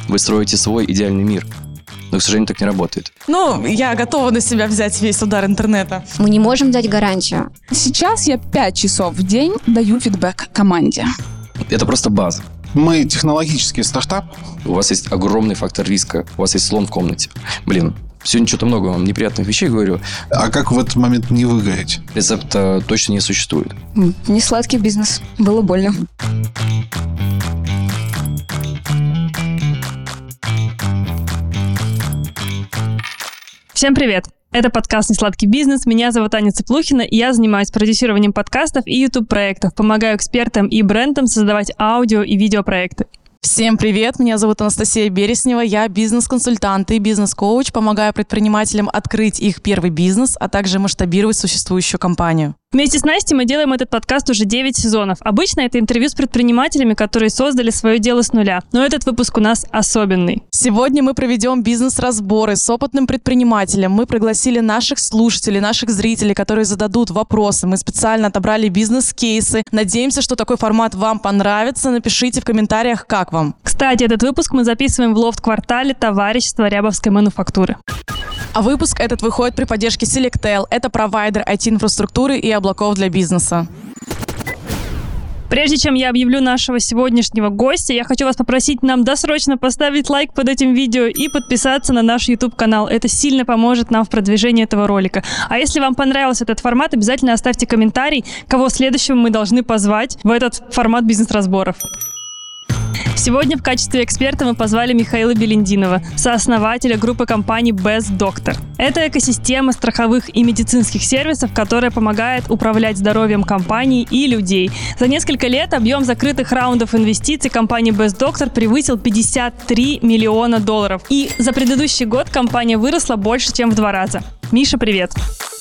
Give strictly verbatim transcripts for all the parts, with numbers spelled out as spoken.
Вы строите свой идеальный мир. Но, к сожалению, так не работает. Ну, я готова на себя взять весь удар интернета. Мы не можем дать гарантию. Сейчас я пять часов в день даю фидбэк команде. Это просто база. Мы технологический стартап. У вас есть огромный фактор риска. У вас есть слон в комнате. Блин, сегодня что-то много вам неприятных вещей говорю. А как в этот момент не выгореть? Рецепта точно не существует. Не сладкий бизнес. Было больно. Всем привет! Это подкаст «Несладкий бизнес». Меня зовут Аня Цыплухина, и я занимаюсь продюсированием подкастов и YouTube-проектов. Помогаю экспертам и брендам создавать аудио и видеопроекты. Всем привет, меня зовут Анастасия Береснева, я бизнес-консультант и бизнес-коуч, помогаю предпринимателям открыть их первый бизнес, а также масштабировать существующую компанию. Вместе с Настей мы делаем этот подкаст уже девять сезонов. Обычно это интервью с предпринимателями, которые создали свое дело с нуля. Но этот выпуск у нас особенный. Сегодня мы проведем бизнес-разборы с опытным предпринимателем. Мы пригласили наших слушателей, наших зрителей, которые зададут вопросы. Мы специально отобрали бизнес-кейсы. Надеемся, что такой формат вам понравится. Напишите в комментариях, как вам. Кстати, этот выпуск мы записываем в лофт-квартале товарищества Рябовской мануфактуры. А выпуск этот выходит при поддержке Selectel. Это провайдер ай ти-инфраструктуры и облаков для бизнеса. Прежде чем я объявлю нашего сегодняшнего гостя, я хочу вас попросить нам досрочно поставить лайк под этим видео и подписаться на наш YouTube-канал. Это сильно поможет нам в продвижении этого ролика. А если вам понравился этот формат, обязательно оставьте комментарий, кого следующего мы должны позвать в этот формат бизнес-разборов. Сегодня в качестве эксперта мы позвали Михаила Белендинова, сооснователя группы компаний Best Doctor. Это экосистема страховых и медицинских сервисов, которая помогает управлять здоровьем компаний и людей. За несколько лет объем закрытых раундов инвестиций компании Best Doctor превысил пятьдесят три миллиона долларов. И за предыдущий год компания выросла больше, чем в два раза. Миша, привет!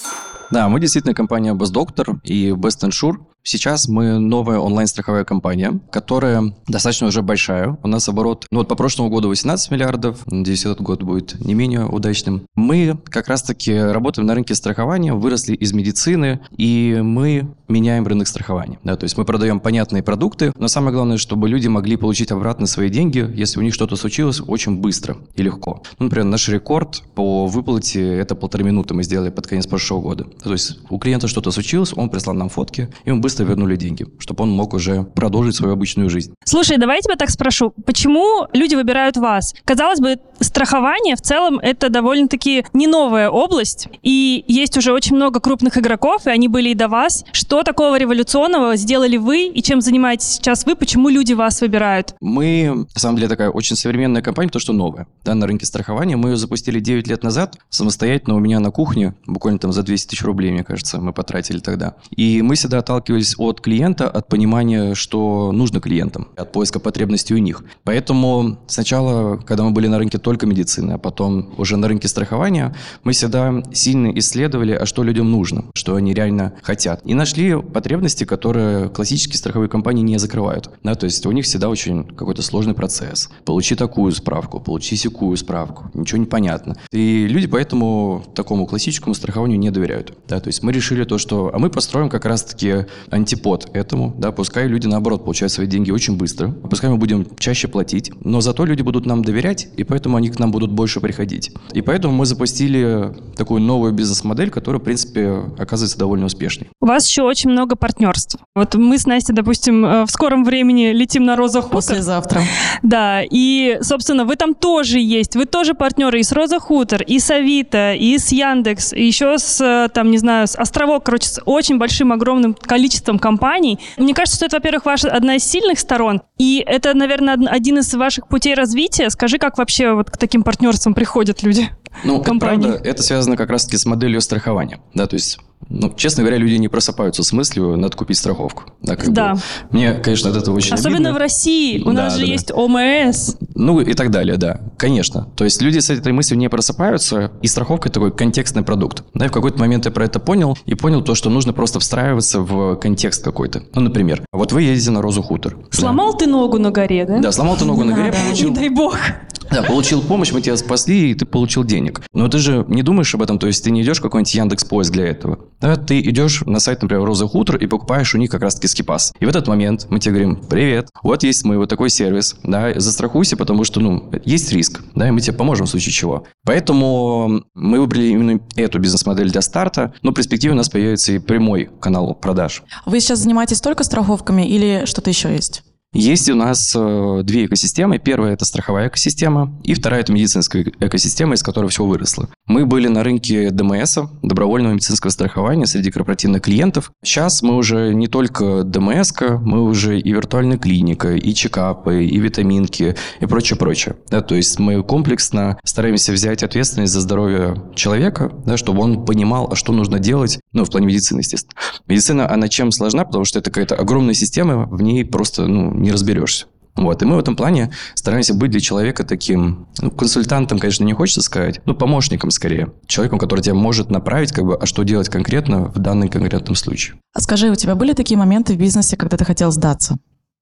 Да, мы действительно компания Best Doctor и Best Insure. Сейчас мы новая онлайн-страховая компания, которая достаточно уже большая. У нас оборот, ну вот по прошлому году восемнадцать миллиардов, надеюсь, этот год будет не менее удачным. Мы как раз-таки работаем на рынке страхования, выросли из медицины, и мы меняем рынок страхования. Да, то есть мы продаем понятные продукты, но самое главное, чтобы люди могли получить обратно свои деньги, если у них что-то случилось, очень быстро и легко. Ну, например, наш рекорд по выплате – это полторы минуты мы сделали под конец прошлого года. То есть у клиента что-то случилось, он прислал нам фотки, и мы быстро вернули деньги, чтобы он мог уже продолжить свою обычную жизнь. Слушай, давай я тебя так спрошу. Почему люди выбирают вас? Казалось бы, страхование в целом это довольно-таки не новая область, и есть уже очень много крупных игроков, и они были и до вас. Что такого революционного сделали вы, и чем занимаетесь сейчас вы? Почему люди вас выбирают? Мы, на самом деле, такая очень современная компания, то, что новая. Да, на рынке страхования мы ее запустили девять лет назад, самостоятельно у меня на кухне, буквально там за двести тысяч рублей, мне кажется, мы потратили тогда. И мы всегда отталкивались от клиента, от понимания, что нужно клиентам, от поиска потребностей у них. Поэтому сначала, когда мы были на рынке только медицины, а потом уже на рынке страхования, мы всегда сильно исследовали, а что людям нужно, что они реально хотят. И нашли потребности, которые классические страховые компании не закрывают. Да, то есть у них всегда очень какой-то сложный процесс. Получи такую справку, получи сякую справку. Ничего не понятно. И люди поэтому такому классическому страхованию не доверяют. Да, то есть мы решили то, что... А мы построим как раз-таки антипод этому, да, пускай люди, наоборот, получают свои деньги очень быстро, пускай мы будем чаще платить, но зато люди будут нам доверять, и поэтому они к нам будут больше приходить. И поэтому мы запустили такую новую бизнес-модель, которая, в принципе, оказывается довольно успешной. У вас еще очень много партнерств. Вот мы с Настей, допустим, в скором времени летим на Роза Хутор. Послезавтра. Да, и, собственно, вы там тоже есть, вы тоже партнеры и с Роза Хутор, и с Авито, и с Яндекс, и еще с, там, не знаю, с Островок, короче, с очень большим, огромным количеством компаний. Мне кажется, что это, во-первых, ваша одна из сильных сторон, и это, наверное, один из ваших путей развития. Скажи, как вообще вот к таким партнерствам приходят люди? Ну, это правда, это связано как раз-таки с моделью страхования. Да, то есть, ну, честно говоря, люди не просыпаются с мыслью, надо купить страховку. Да, как да. бы. Мне, конечно, от этого очень Особенно обидно. в России. У да, нас да, же да. есть ОМС. Ну, и так далее, да. Конечно. То есть, люди с этой мыслью не просыпаются, и страховка – такой контекстный продукт. Да, и в какой-то момент я про это понял, и понял то, что нужно просто встраиваться в контекст какой-то. Ну, например, вот вы едете на Розу Хутор. Сломал да. ты ногу на горе, да? Да, сломал ты ногу Не на горе, надо. получил... Не дай бог. Да, получил помощь, мы тебя спасли, и ты получил денег. Но ты же не думаешь об этом, то есть ты не идешь в какой-нибудь Яндекс.Поиск для этого. Да, ты идешь на сайт, например, Роза Хутор и покупаешь у них как раз-таки скипас. И в этот момент мы тебе говорим: привет, вот есть мы, вот такой сервис, да, застрахуйся, потому что, ну, есть риск, да, и мы тебе поможем в случае чего. Поэтому мы выбрали именно эту бизнес-модель для старта, но в перспективе у нас появится и прямой канал продаж. Вы сейчас занимаетесь только страховками или что-то еще есть? Есть у нас э, две экосистемы. Первая – это страховая экосистема, и вторая – это медицинская экосистема, из которой все выросло. Мы были на рынке ДМС, добровольного медицинского страхования, среди корпоративных клиентов. Сейчас мы уже не только ДМС, мы уже и виртуальная клиника, и чекапы, и витаминки, и прочее-прочее. Да, то есть мы комплексно стараемся взять ответственность за здоровье человека, да, чтобы он понимал, а что нужно делать, ну, в плане медицины, естественно. Медицина, она чем сложна? Потому что это какая-то огромная система, в ней просто, ну, не разберешься. Вот. И мы в этом плане стараемся быть для человека таким, ну, консультантом, конечно, не хочется сказать, но помощником скорее. Человеком, который тебя может направить, как бы, а что делать конкретно в данном конкретном случае. А скажи, у тебя были такие моменты в бизнесе, когда ты хотел сдаться?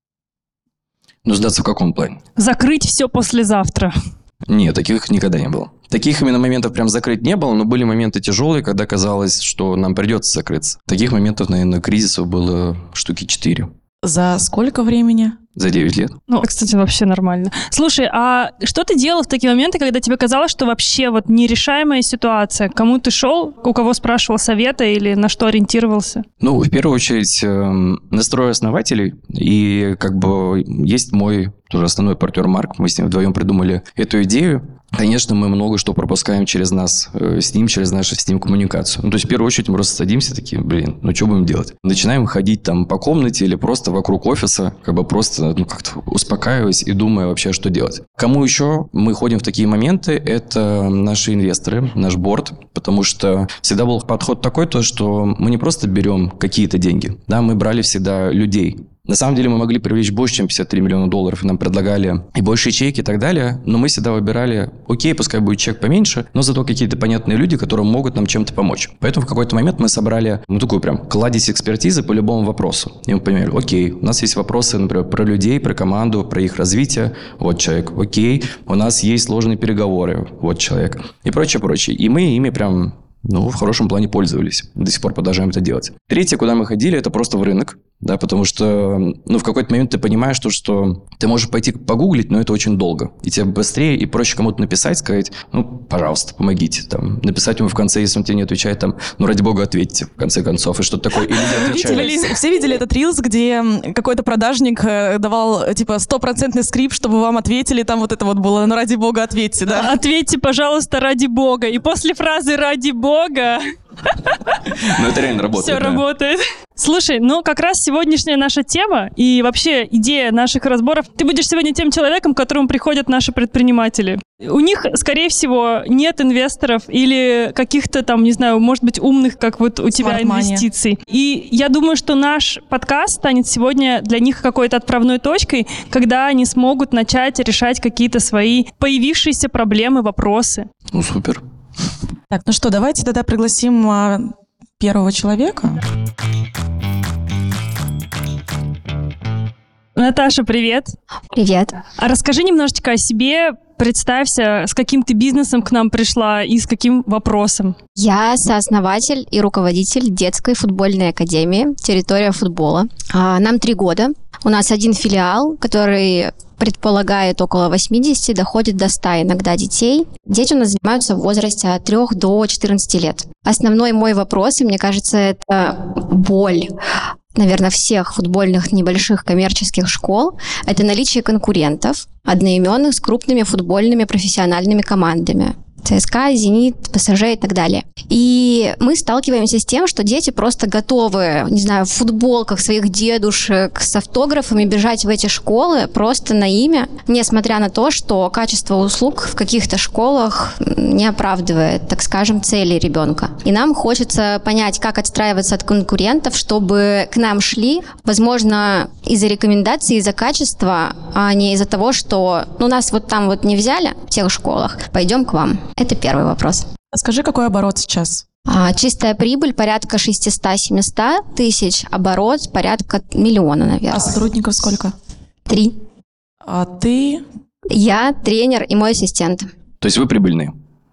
Ну, сдаться в каком плане? Закрыть все послезавтра. Нет, таких никогда не было. Таких именно моментов прям закрыть не было, но были моменты тяжелые, когда казалось, что нам придется закрыться. Таких моментов, наверное, кризисов было штуки четыре. За сколько времени? За девять лет. Ну, кстати, вообще нормально. Слушай, а что ты делал в такие моменты, когда тебе казалось, что вообще вот нерешаемая ситуация? К кому ты шел, у кого спрашивал совета или на что ориентировался? Ну, в первую очередь, настрой основателей. И как бы есть мой тоже основной партнер Марк. Мы с ним вдвоем придумали эту идею. Конечно, мы много что пропускаем через нас э, с ним, через нашу с ним коммуникацию. Ну, то есть, в первую очередь, мы просто садимся такие: блин, ну, что будем делать? Начинаем ходить там по комнате или просто вокруг офиса, как бы просто, ну, как-то успокаиваясь и думая вообще, что делать. Кому еще мы ходим в такие моменты? Это наши инвесторы, наш борд, потому что всегда был подход такой, то, что мы не просто берем какие-то деньги, да, мы брали всегда людей. На самом деле мы могли привлечь больше, чем пятьдесят три миллиона долларов, и нам предлагали и больше ячейки и так далее, но мы всегда выбирали: окей, пускай будет чек поменьше, но зато какие-то понятные люди, которые могут нам чем-то помочь. Поэтому в какой-то момент мы собрали, ну, такую прям кладезь экспертизы по любому вопросу. И мы поняли: окей, у нас есть вопросы, например, про людей, про команду, про их развитие, вот человек. Окей, у нас есть сложные переговоры, вот человек. И прочее, прочее. И мы ими прям... ну, в хорошем плане пользовались. До сих пор продолжаем это делать. Третье, куда мы ходили, это просто в рынок. Да, потому что, ну, в какой-то момент ты понимаешь, то, что ты можешь пойти погуглить, но это очень долго. И тебе быстрее и проще кому-то написать, сказать: ну, пожалуйста, помогите. Там, написать ему в конце, если он тебе не отвечает, там, ну, ради бога, ответьте, в конце концов, и что-то такое. И люди отвечают. Видели, все видели этот рилс, где какой-то продажник э, давал, типа, стопроцентный скрипт, чтобы вам ответили, там вот это вот было: ну, ради бога, ответьте, да? Ответьте, пожалуйста, ради бога. И после фразы «ради бога» ну, это реально работает. все да. работает. Слушай, ну как раз сегодняшняя наша тема и вообще идея наших разборов. Ты будешь сегодня тем человеком, к которому приходят наши предприниматели. У них, скорее всего, нет инвесторов или каких-то там, не знаю, может быть, умных, как вот у тебя, Smart money. инвестиций. И я думаю, что наш подкаст станет сегодня для них какой-то отправной точкой, когда они смогут начать решать какие-то свои появившиеся проблемы, вопросы. Ну, супер. Так, ну что, давайте тогда пригласим а, первого человека. Наташа, привет. Привет. А расскажи немножечко о себе, представься, с каким ты бизнесом к нам пришла и с каким вопросом. Я сооснователь и руководитель детской футбольной академии «Территория футбола». А, Нам три года. У нас один филиал, который предполагает около восьмидесяти, доходит до ста иногда детей. Дети у нас занимаются в возрасте от трёх до четырнадцати лет. Основной мой вопрос, и мне кажется, это боль, наверное, всех футбольных небольших коммерческих школ, это наличие конкурентов, одноименных с крупными футбольными профессиональными командами. ЦСКА, Зенит, ПСЖ и так далее. И мы сталкиваемся с тем, что дети просто готовы, не знаю, в футболках своих дедушек с автографами бежать в эти школы просто на имя, несмотря на то, что качество услуг в каких-то школах не оправдывает, так скажем, цели ребенка. И нам хочется понять, как отстраиваться от конкурентов, чтобы к нам шли, возможно, из-за рекомендаций, из-за качества, а не из-за того, что ну, нас вот там вот не взяли в тех школах, пойдем к вам. Это первый вопрос. А скажи, какой оборот сейчас? А, чистая прибыль порядка шестьсот-семьсот тысяч, оборот порядка миллиона, наверное. А сотрудников сколько? Три. А ты Я тренер и мой ассистент. То есть вы прибыльные?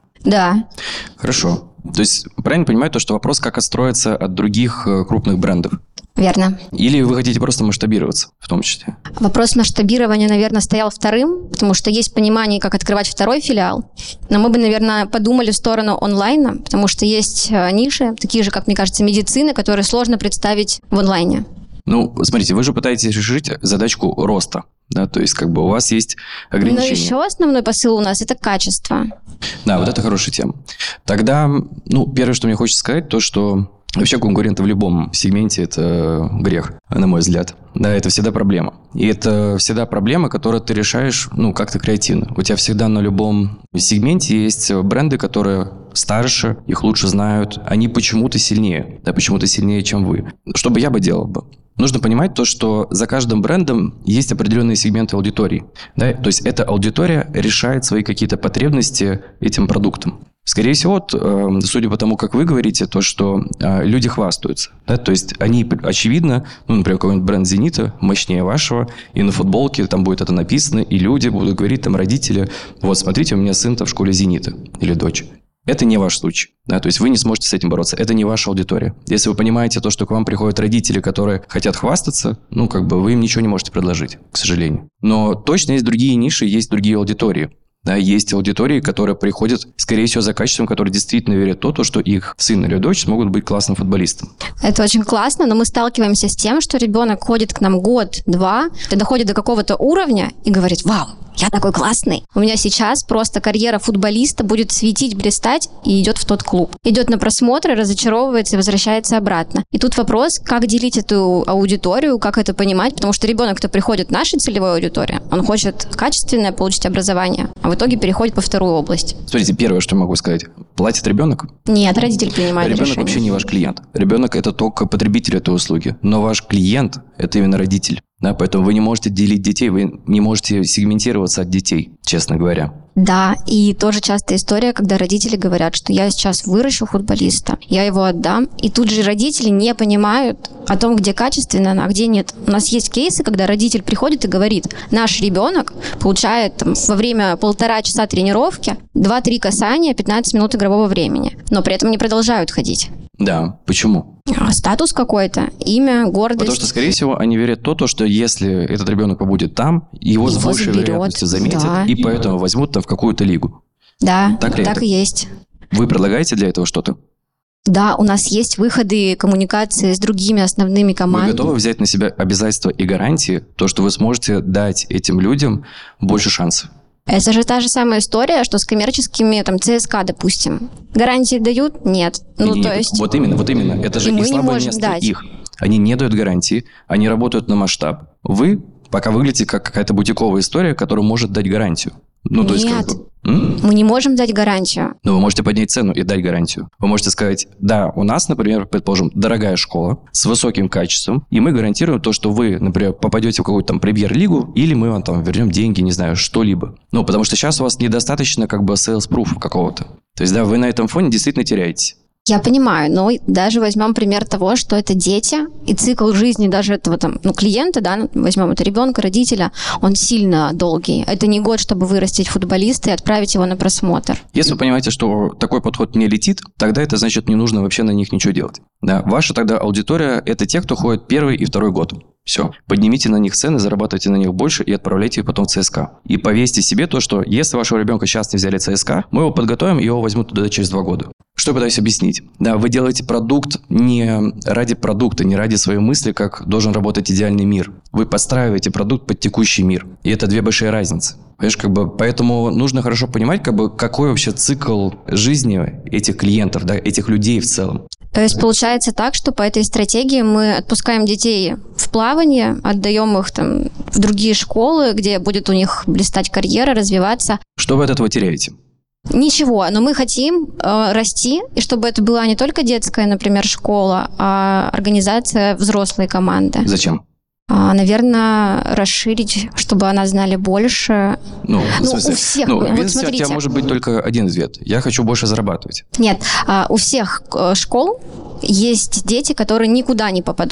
Да. Хорошо. То есть правильно понимаю то, что вопрос, как отстроиться от других э, крупных брендов? Верно. Или вы хотите просто масштабироваться в том числе? Вопрос масштабирования, наверное, стоял вторым, потому что есть понимание, как открывать второй филиал. Но мы бы, наверное, подумали в сторону онлайна, потому что есть э, ниши, такие же, как, мне кажется, медицина, которые сложно представить в онлайне. Ну, смотрите, вы же пытаетесь решить задачку роста, да, то есть как бы у вас есть ограничения. Но еще основной посыл у нас – это качество. Да, вот это хорошая тема. Тогда, ну, первое, что мне хочется сказать, то, что вообще конкуренты в любом сегменте – это грех, на мой взгляд. Да, это всегда проблема. И это всегда проблема, которую ты решаешь, ну, как-то креативно. У тебя всегда на любом сегменте есть бренды, которые старше, их лучше знают. Они почему-то сильнее, да, почему-то сильнее, чем вы. Что бы я бы делал бы? Нужно понимать то, что за каждым брендом есть определенные сегменты аудитории. Да? То есть эта аудитория решает свои какие-то потребности этим продуктом. Скорее всего, судя по тому, как вы говорите, то, что люди хвастаются. Да? То есть они, очевидно, ну, например, какой-нибудь бренд «Зенита» мощнее вашего, и на футболке там будет это написано, и люди будут говорить, там, родители, вот, смотрите, у меня сын-то в школе «Зенита» или дочь. Это не ваш случай. Да? То есть вы не сможете с этим бороться. Это не ваша аудитория. Если вы понимаете то, что к вам приходят родители, которые хотят хвастаться, ну, как бы вы им ничего не можете предложить, к сожалению. Но точно есть другие ниши, есть другие аудитории. Да, есть аудитории, которые приходят, скорее всего, за качеством, которые действительно верят в то, что их сын или дочь смогут быть классным футболистом. Это очень классно, но мы сталкиваемся с тем, что ребенок ходит к нам год-два, доходит до какого-то уровня и говорит: «Вау, я такой классный. У меня сейчас просто карьера футболиста будет светить, блистать», и идет в тот клуб. Идет на просмотры, разочаровывается и возвращается обратно. И тут вопрос, как делить эту аудиторию, как это понимать, потому что ребенок, кто приходит в нашу целевую аудиторию, он хочет качественное получить образование, а в итоге переходит во вторую область. Смотрите, первое, что могу сказать. Платит ребенок? Нет, родитель принимает Ребенок решение. вообще не ваш клиент. Ребенок – это только потребитель этой услуги. Но ваш клиент – это именно родитель. Да, поэтому вы не можете делить детей, вы не можете сегментироваться от детей, честно говоря. Да, и тоже частая история, когда родители говорят, что я сейчас выращу футболиста, я его отдам, и тут же родители не понимают о том, где качественно, а где нет. У нас есть кейсы, когда родитель приходит и говорит: наш ребенок получает там, во время полтора часа тренировки два-три касания, пятнадцать минут игрового времени, но при этом не продолжают ходить. Да, почему? Статус какой-то, имя, гордость. Потому что, скорее всего, они верят в то, что если этот ребенок побудет там, его, его с большей заберет, вероятностью заметят, да. И поэтому возьмут там в какую-то лигу. Да, так, ли так это? И есть. Вы предлагаете для этого что-то? Да, у нас есть выходы коммуникации с другими основными командами. Вы готовы взять на себя обязательства и гарантии, то, что вы сможете дать этим людям больше шансов? Это же та же самая история, что с коммерческими, там, ЦСКА, допустим. Гарантии дают? Нет. Ну, Нет, то есть... Вот именно, вот именно. Это же их слабое место дать. Их. Они не дают гарантии, они работают на масштаб. Вы пока выглядите как какая-то бутиковая история, которая может дать гарантию. Ну, то Нет, есть, как бы, м? мы не можем дать гарантию. Но вы можете поднять цену и дать гарантию. Вы можете сказать: да, у нас, например, предположим, дорогая школа с высоким качеством, и мы гарантируем то, что вы, например, попадете в какую-то там премьер-лигу, или мы вам там вернем деньги, не знаю, что-либо. Ну, потому что сейчас у вас недостаточно как бы sales-proof какого-то. То есть, да, вы на этом фоне действительно теряетесь. Я понимаю, но даже возьмем пример того, что это дети, и цикл жизни даже этого там, ну, клиента, да, возьмем это ребенка, родителя, он сильно долгий. Это не год, чтобы вырастить футболиста и отправить его на просмотр. Если вы понимаете, что такой подход не летит, тогда это значит, не нужно вообще на них ничего делать. Да, ваша тогда аудитория – это те, кто ходит первый и второй год. Все. Поднимите на них цены, зарабатывайте на них больше и отправляйте их потом в ЦСКА. И повесьте себе то, что если вашего ребенка сейчас не взяли в ЦСКА, мы его подготовим, и его возьмут туда через два года. Что я пытаюсь объяснить? Да, вы делаете продукт не ради продукта, не ради своей мысли, как должен работать идеальный мир. Вы подстраиваете продукт под текущий мир. И это две большие разницы. Понимаешь, как бы, поэтому нужно хорошо понимать, как бы, какой вообще цикл жизни этих клиентов, да, этих людей в целом. То есть получается так, что по этой стратегии мы отпускаем детей в плавание, отдаем их там в другие школы, где будет у них блистать карьера, развиваться. Что вы от этого теряете? Ничего, но мы хотим э, расти, и чтобы это была не только детская, например, школа, а организация взрослой команды. Зачем? А, наверное, расширить, чтобы о нас знали больше. Ну, ну в смысле, у всех. Ну, вот бизнес у тебя может быть только один ответ. Я хочу больше зарабатывать. Нет, а, у всех школ есть дети, которые никуда не попадут.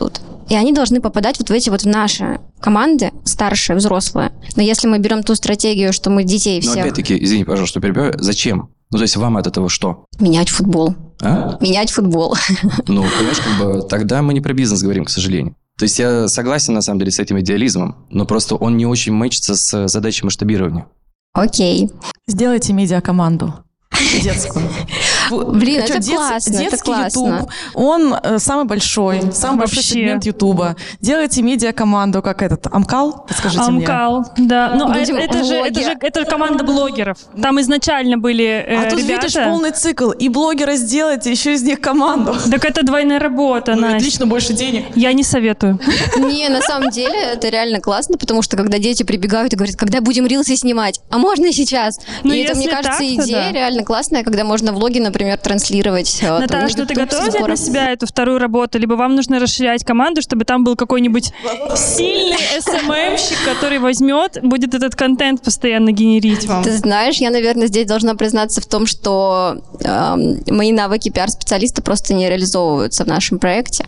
И они должны попадать вот в эти вот в наши команды, старшие, взрослые. Но если мы берем ту стратегию, что мы детей Но всех... опять-таки, извини, пожалуйста, что перебиваю, зачем? Ну, то есть вам от этого что? Менять футбол. А? Менять футбол. Ну, понимаешь, как бы тогда мы не про бизнес говорим, к сожалению. То есть я согласен, на самом деле, с этим идеализмом, но просто он не очень мэчится с задачей масштабирования. Окей. Сделайте медиакоманду детскую. Блин, Чё, это дет- классно, это детский классно. YouTube, он э, самый большой, самый большой Вообще. сегмент Ютуба. Делайте медиакоманду, как этот, Амкал, подскажите мне. Амкал, да. Ну, а Будем это, это же, это, же, это же команда блогеров. Там изначально были э, А тут ребята. видишь полный цикл, и блогера сделайте, еще из них команду. Так это двойная работа, Ну, Настя. отлично, больше денег. Я не советую. Не, на самом деле это реально классно, потому что когда дети прибегают и говорят, когда будем рилсы снимать, а можно и сейчас? Ну, и это, мне если кажется, так, то идея да. реально классная, когда можно влоги, например, транслировать. э, там, Наташа, на ну ты YouTube готова со взять на сбором. себя эту вторую работу? Либо вам нужно расширять команду, чтобы там был какой-нибудь сильный эс эм эм-щик, который возьмет, будет этот контент постоянно генерить вам. Ты знаешь, я, наверное, здесь должна признаться в том, что эм, мои навыки пиар-специалиста просто не реализовываются в нашем проекте.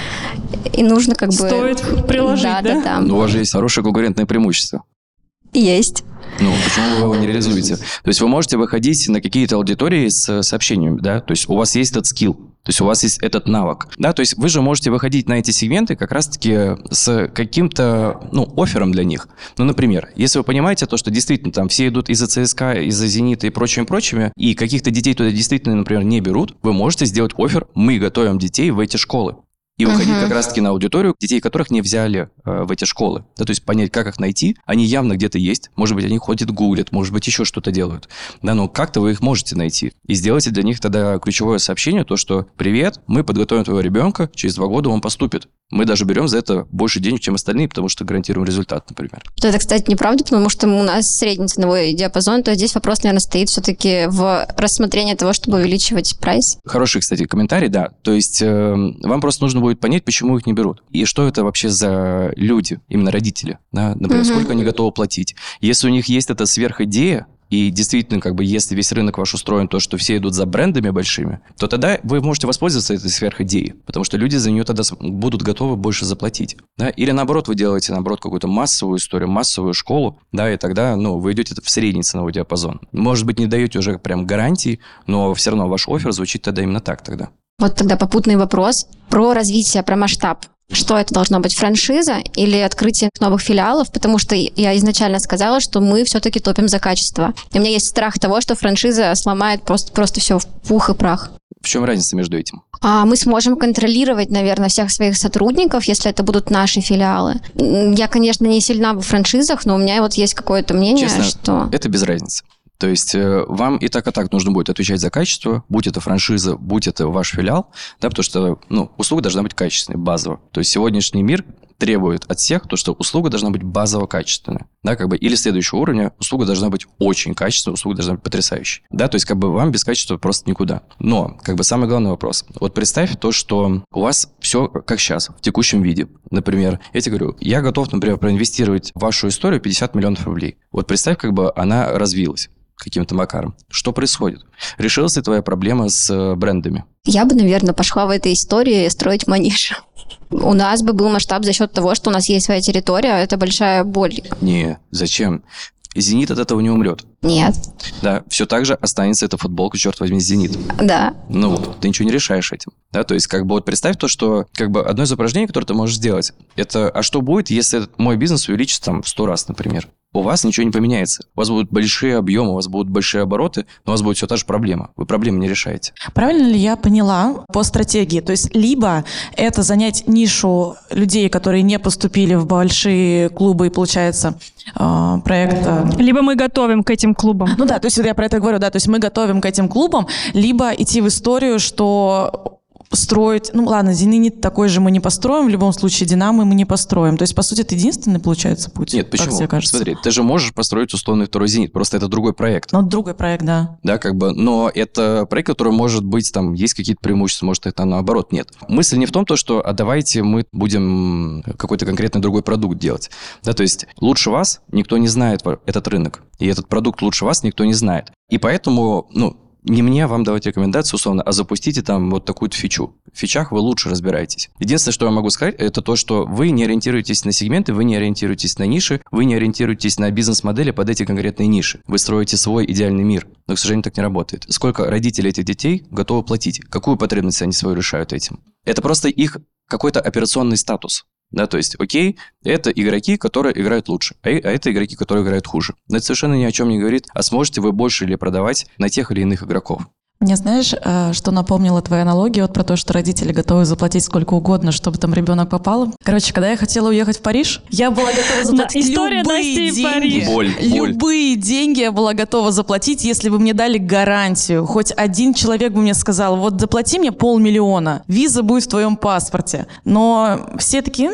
И нужно как бы... Стоит приложить, да? Да, да, да. Но у вас же есть хорошее конкурентное преимущество. Есть. Ну, почему вы его не реализуете? То есть вы можете выходить на какие-то аудитории с сообщениями, да? То есть у вас есть этот скилл, то есть у вас есть этот навык, да? То есть вы же можете выходить на эти сегменты как раз-таки с каким-то, ну, оффером для них. Ну, например, если вы понимаете то, что действительно там все идут из-за ЦСКА, из-за Зенита и прочими-прочими, и каких-то детей туда действительно, например, не берут, вы можете сделать оффер, мы готовим детей в эти школы. И выходить Мгм. как раз-таки на аудиторию, детей, которых не взяли э, в эти школы. Да, то есть понять, как их найти. Они явно где-то есть. Может быть, они ходят, гуглят, может быть, еще что-то делают. Да, но как-то вы их можете найти. И сделайте для них тогда ключевое сообщение, то, что «Привет, мы подготовим твоего ребенка, через два года он поступит». Мы даже берем за это больше денег, чем остальные, потому что гарантируем результат, например. Вот это, кстати, неправда, потому что у нас средний ценовой диапазон, то есть здесь вопрос, наверное, стоит все-таки в рассмотрении того, чтобы увеличивать прайс. Хороший, кстати, комментарий, да. То есть э, вам просто нужно будет понять, почему их не берут. И что это вообще за люди, именно родители. Да? Например, Мгм. сколько они готовы платить. Если у них есть эта сверхидея, и действительно, как бы, если весь рынок ваш устроен, то, что все идут за брендами большими, то тогда вы можете воспользоваться этой сверхидеей, потому что люди за нее тогда с- будут готовы больше заплатить. Да? Или наоборот, вы делаете, наоборот, какую-то массовую историю, массовую школу, да, и тогда, ну, вы идете в средний ценовой диапазон. Может быть, не даете уже прям гарантий, но все равно ваш оффер звучит тогда именно так тогда. Вот тогда попутный вопрос про развитие, про масштаб. Что это должно быть, франшиза или открытие новых филиалов? Потому что я изначально сказала, что мы все-таки топим за качество. И у меня есть страх того, что франшиза сломает просто, просто все в пух и прах. В чем разница между этим? А мы сможем контролировать, наверное, всех своих сотрудников, если это будут наши филиалы. М, Я, конечно, не сильна в франшизах, но у меня вот есть какое-то мнение, Честно, что... это без разницы. То есть э, вам и так, и так нужно будет отвечать за качество, будь это франшиза, будь это ваш филиал, да, потому что, ну, услуга должна быть качественной, базово. То есть сегодняшний мир требует от всех то, что услуга должна быть базово качественная, да, как бы, или следующего уровня услуга должна быть очень качественной, услуга должна быть потрясающей, да, то есть как бы вам без качества просто никуда. Но, как бы, самый главный вопрос. Вот представь то, что у вас все как сейчас, в текущем виде. Например, я тебе говорю, я готов, например, проинвестировать в вашу историю пятьдесят миллионов рублей. Вот представь, как бы она развилась каким-то макаром. Что происходит? Решилась ли твоя проблема с э, брендами? Я бы, наверное, пошла в этой истории строить манеж. У нас бы был масштаб за счет того, что у нас есть своя территория, а это большая боль. Не, зачем? «Зенит» от этого не умрет. Нет. Да, все так же останется эта футболка, черт возьми, с «Зенитом». Да. Ну вот, ты ничего не решаешь этим. Да, то есть, как бы вот представь то, что как бы одно из упражнений, которое ты можешь сделать, это, а что будет, если этот мой бизнес увеличится там в сто раз, например? У вас ничего не поменяется. У вас будут большие объемы, у вас будут большие обороты, но у вас будет все та же проблема. Вы проблемы не решаете. Правильно ли я поняла по стратегии? То есть либо это занять нишу людей, которые не поступили в большие клубы, и получается э, проекта... Либо мы готовим к этим клубам. Ну да, то есть я про это говорю, да, то есть мы готовим к этим клубам, либо идти в историю, что строить, ну ладно, «Зенит» такой же мы не построим, в любом случае «Динамо» мы не построим. То есть, по сути, это единственный, получается, путь, Нет, почему? как тебе кажется? Смотри, ты же можешь построить условный второй «Зенит», просто это другой проект. Ну, другой проект, да. Да, как бы, но это проект, который может быть, там, есть какие-то преимущества, может, это наоборот нет. Мысль не в том, то, что, а давайте мы будем какой-то конкретный другой продукт делать. Да, то есть лучше вас никто не знает этот рынок, и этот продукт лучше вас никто не знает. И поэтому, ну, не мне вам давать рекомендацию, условно, а запустите там вот такую-то фичу. фичах вы лучше разбираетесь. Единственное, что я могу сказать, это то, что вы не ориентируетесь на сегменты, вы не ориентируетесь на ниши, вы не ориентируетесь на бизнес-модели под эти конкретные ниши. Вы строите свой идеальный мир. Но, к сожалению, так не работает. Сколько родителей этих детей готовы платить? Какую потребность они свою решают этим? Это просто их какой-то операционный статус. Да, то есть, окей, это игроки, которые играют лучше, а это игроки, которые играют хуже. Но это совершенно ни о чем не говорит, а сможете вы больше или продавать на тех или иных игроков. Мне знаешь, что напомнила твоя аналогия вот про то, что родители готовы заплатить сколько угодно, чтобы там ребенок попал? Короче, когда я хотела уехать в Париж, я была готова заплатить История любые Насти в Париж. деньги. Боль, боль. Любые деньги я была готова заплатить, если бы мне дали гарантию. Хоть один человек бы мне сказал, вот заплати мне полмиллиона, виза будет в твоем паспорте. Но все такие...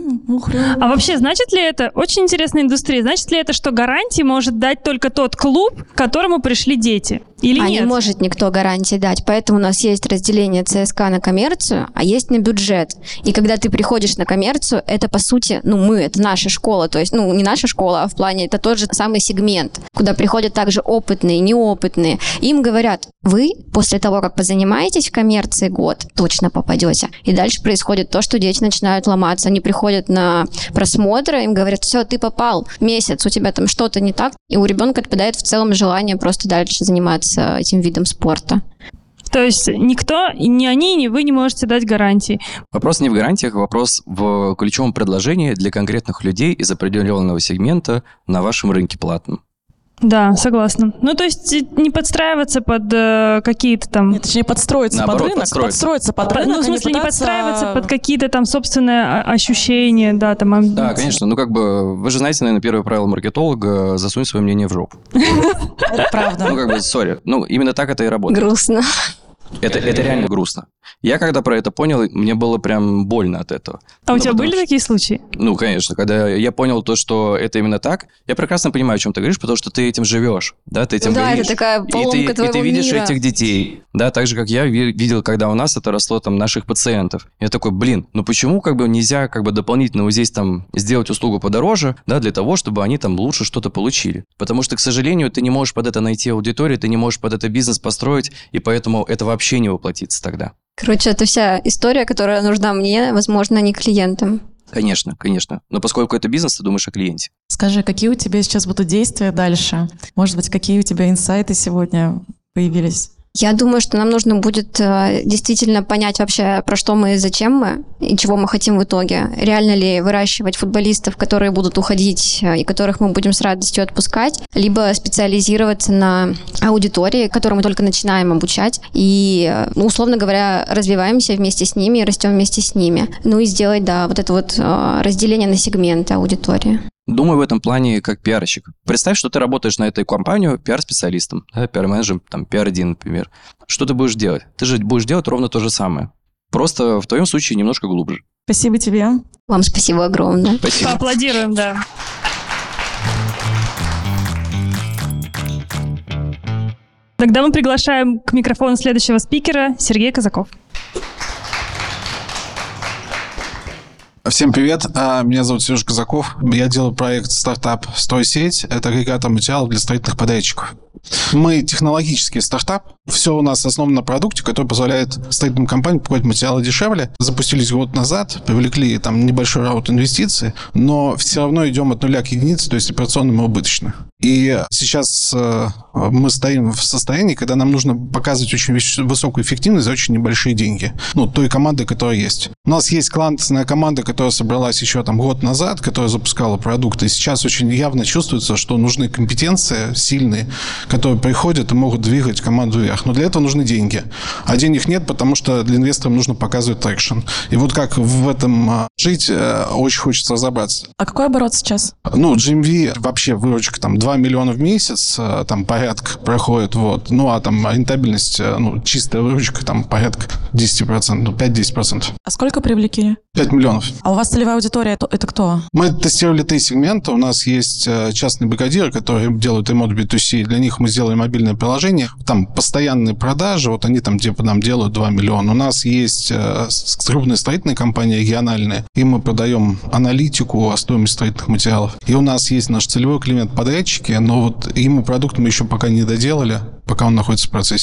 А вообще, значит ли это, очень интересная индустрия, значит ли это, что гарантии может дать только тот клуб, к которому пришли дети? Или а нет? не может никто гарантии дать, поэтому у нас есть разделение ЦСКА на коммерцию, а есть на бюджет. И когда ты приходишь на коммерцию, это по сути, ну мы, это наша школа, то есть, ну не наша школа, а в плане это тот же самый сегмент, куда приходят также опытные, неопытные. Им говорят, вы после того, как позанимаетесь в коммерции год, точно попадете. И дальше происходит то, что дети начинают ломаться, они приходят на просмотры, им говорят, все, ты попал месяц, у тебя там что-то не так, и у ребенка отпадает в целом желание просто дальше заниматься этим видом спорта. То есть никто, ни они, ни вы не можете дать гарантии. Вопрос не в гарантиях, вопрос в ключевом предложении для конкретных людей из определенного сегмента на вашем рынке платном. Да, согласна. Ну, то есть не подстраиваться под э, какие-то там... Нет, точнее, подстроиться Наоборот, под рынок. подстроиться. Подстроиться под Под- рынок, ну, в а не смысле, не пытаться- подстраиваться под какие-то там собственные о- ощущения, да, там амбиции. Да, конечно. Ну, как бы, вы же знаете, наверное, первое правило маркетолога – засунь свое мнение в жопу. Это правда. Ну, как бы, сори. Ну, именно так это и работает. Грустно. Это, это реально грустно. Я когда про это понял, мне было прям больно от этого. А у Ну, тебя потому были что- такие случаи? Ну, конечно. Когда я понял то, что это именно так, я прекрасно понимаю, о чем ты говоришь, потому что ты этим живешь, да, ты этим Да, это горишь. такая И ты, поломка и ты твоего видишь мира. этих детей, да, так же, как я ви- видел, когда у нас это росло, там, наших пациентов. Я такой, блин, ну почему, как бы, нельзя, как бы, дополнительно вот здесь, там, сделать услугу подороже, да, для того, чтобы они, там, лучше что-то получили. Потому что, к сожалению, ты не можешь под это найти аудиторию, ты не можешь под это бизнес построить, и поэтому это вообще не воплотится тогда. Короче, это вся история, которая нужна мне, возможно, не клиентам. Конечно, конечно. Но поскольку это бизнес, ты думаешь о клиенте. Скажи, какие у тебя сейчас будут действия дальше? Может быть, какие у тебя инсайты сегодня появились? Я думаю, что нам нужно будет э, действительно понять вообще, про что мы, зачем мы и чего мы хотим в итоге. Реально ли выращивать футболистов, которые будут уходить э, и которых мы будем с радостью отпускать, либо специализироваться на аудитории, которую мы только начинаем обучать и, э, ну, условно говоря, развиваемся вместе с ними и растем вместе с ними. Ну и сделать, да, вот это вот э, разделение на сегменты аудитории. Думаю в этом плане как пиарщик. Представь, что ты работаешь на эту компанию пиар-специалистом, да, пиар-менеджером, там, пи ар один, например. Что ты будешь делать? Ты же будешь делать ровно то же самое. Просто в твоем случае немножко глубже. Спасибо тебе. Вам спасибо огромное. Спасибо. Поаплодируем, да. Тогда мы приглашаем к микрофону следующего спикера Сергей Казаков. Всем привет, а, меня зовут Сережа Казаков. Я делаю проект стартап «Стройсеть». Это агрегатор материалов для строительных подрядчиков. Мы технологический стартап. Все у нас основано на продукте, который позволяет строительным компаниям покупать материалы дешевле. Запустились год назад, привлекли там небольшой раунд инвестиций, но все равно идем от нуля к единице, то есть операционно мы убыточны. И сейчас э, мы стоим в состоянии, когда нам нужно показывать очень высокую эффективность за очень небольшие деньги. Ну, той команды, которая есть. У нас есть клиентная команда, которая собралась еще там год назад, которая запускала продукты. И сейчас очень явно чувствуется, что нужны компетенции сильные, которые приходят и могут двигать команду вверх. Но для этого нужны деньги. А денег нет, потому что для инвесторов нужно показывать трекшн. И вот как в этом жить, очень хочется разобраться. А какой оборот сейчас? Ну, джи эм ви, вообще выручка там два миллиона в месяц, там порядка проходит, вот. Ну, а там рентабельность, ну, чистая выручка, там порядка десять процентов, ну, пять-десять процентов. А сколько привлекли? пять миллионов. А у вас целевая аудитория это, это кто? Мы тестировали три сегмента. У нас есть частные бригадиры, которые делают ремонт би ту си. Для них мы сделали мобильное приложение. Там постоянные продажи, вот они там типа нам делают два миллиона. У нас есть крупные строительные компании, региональные, и мы продаем аналитику о стоимости строительных материалов. И у нас есть наш целевой клиент подрядчики, но вот ему продукт мы еще пока не доделали, пока он находится в процессе.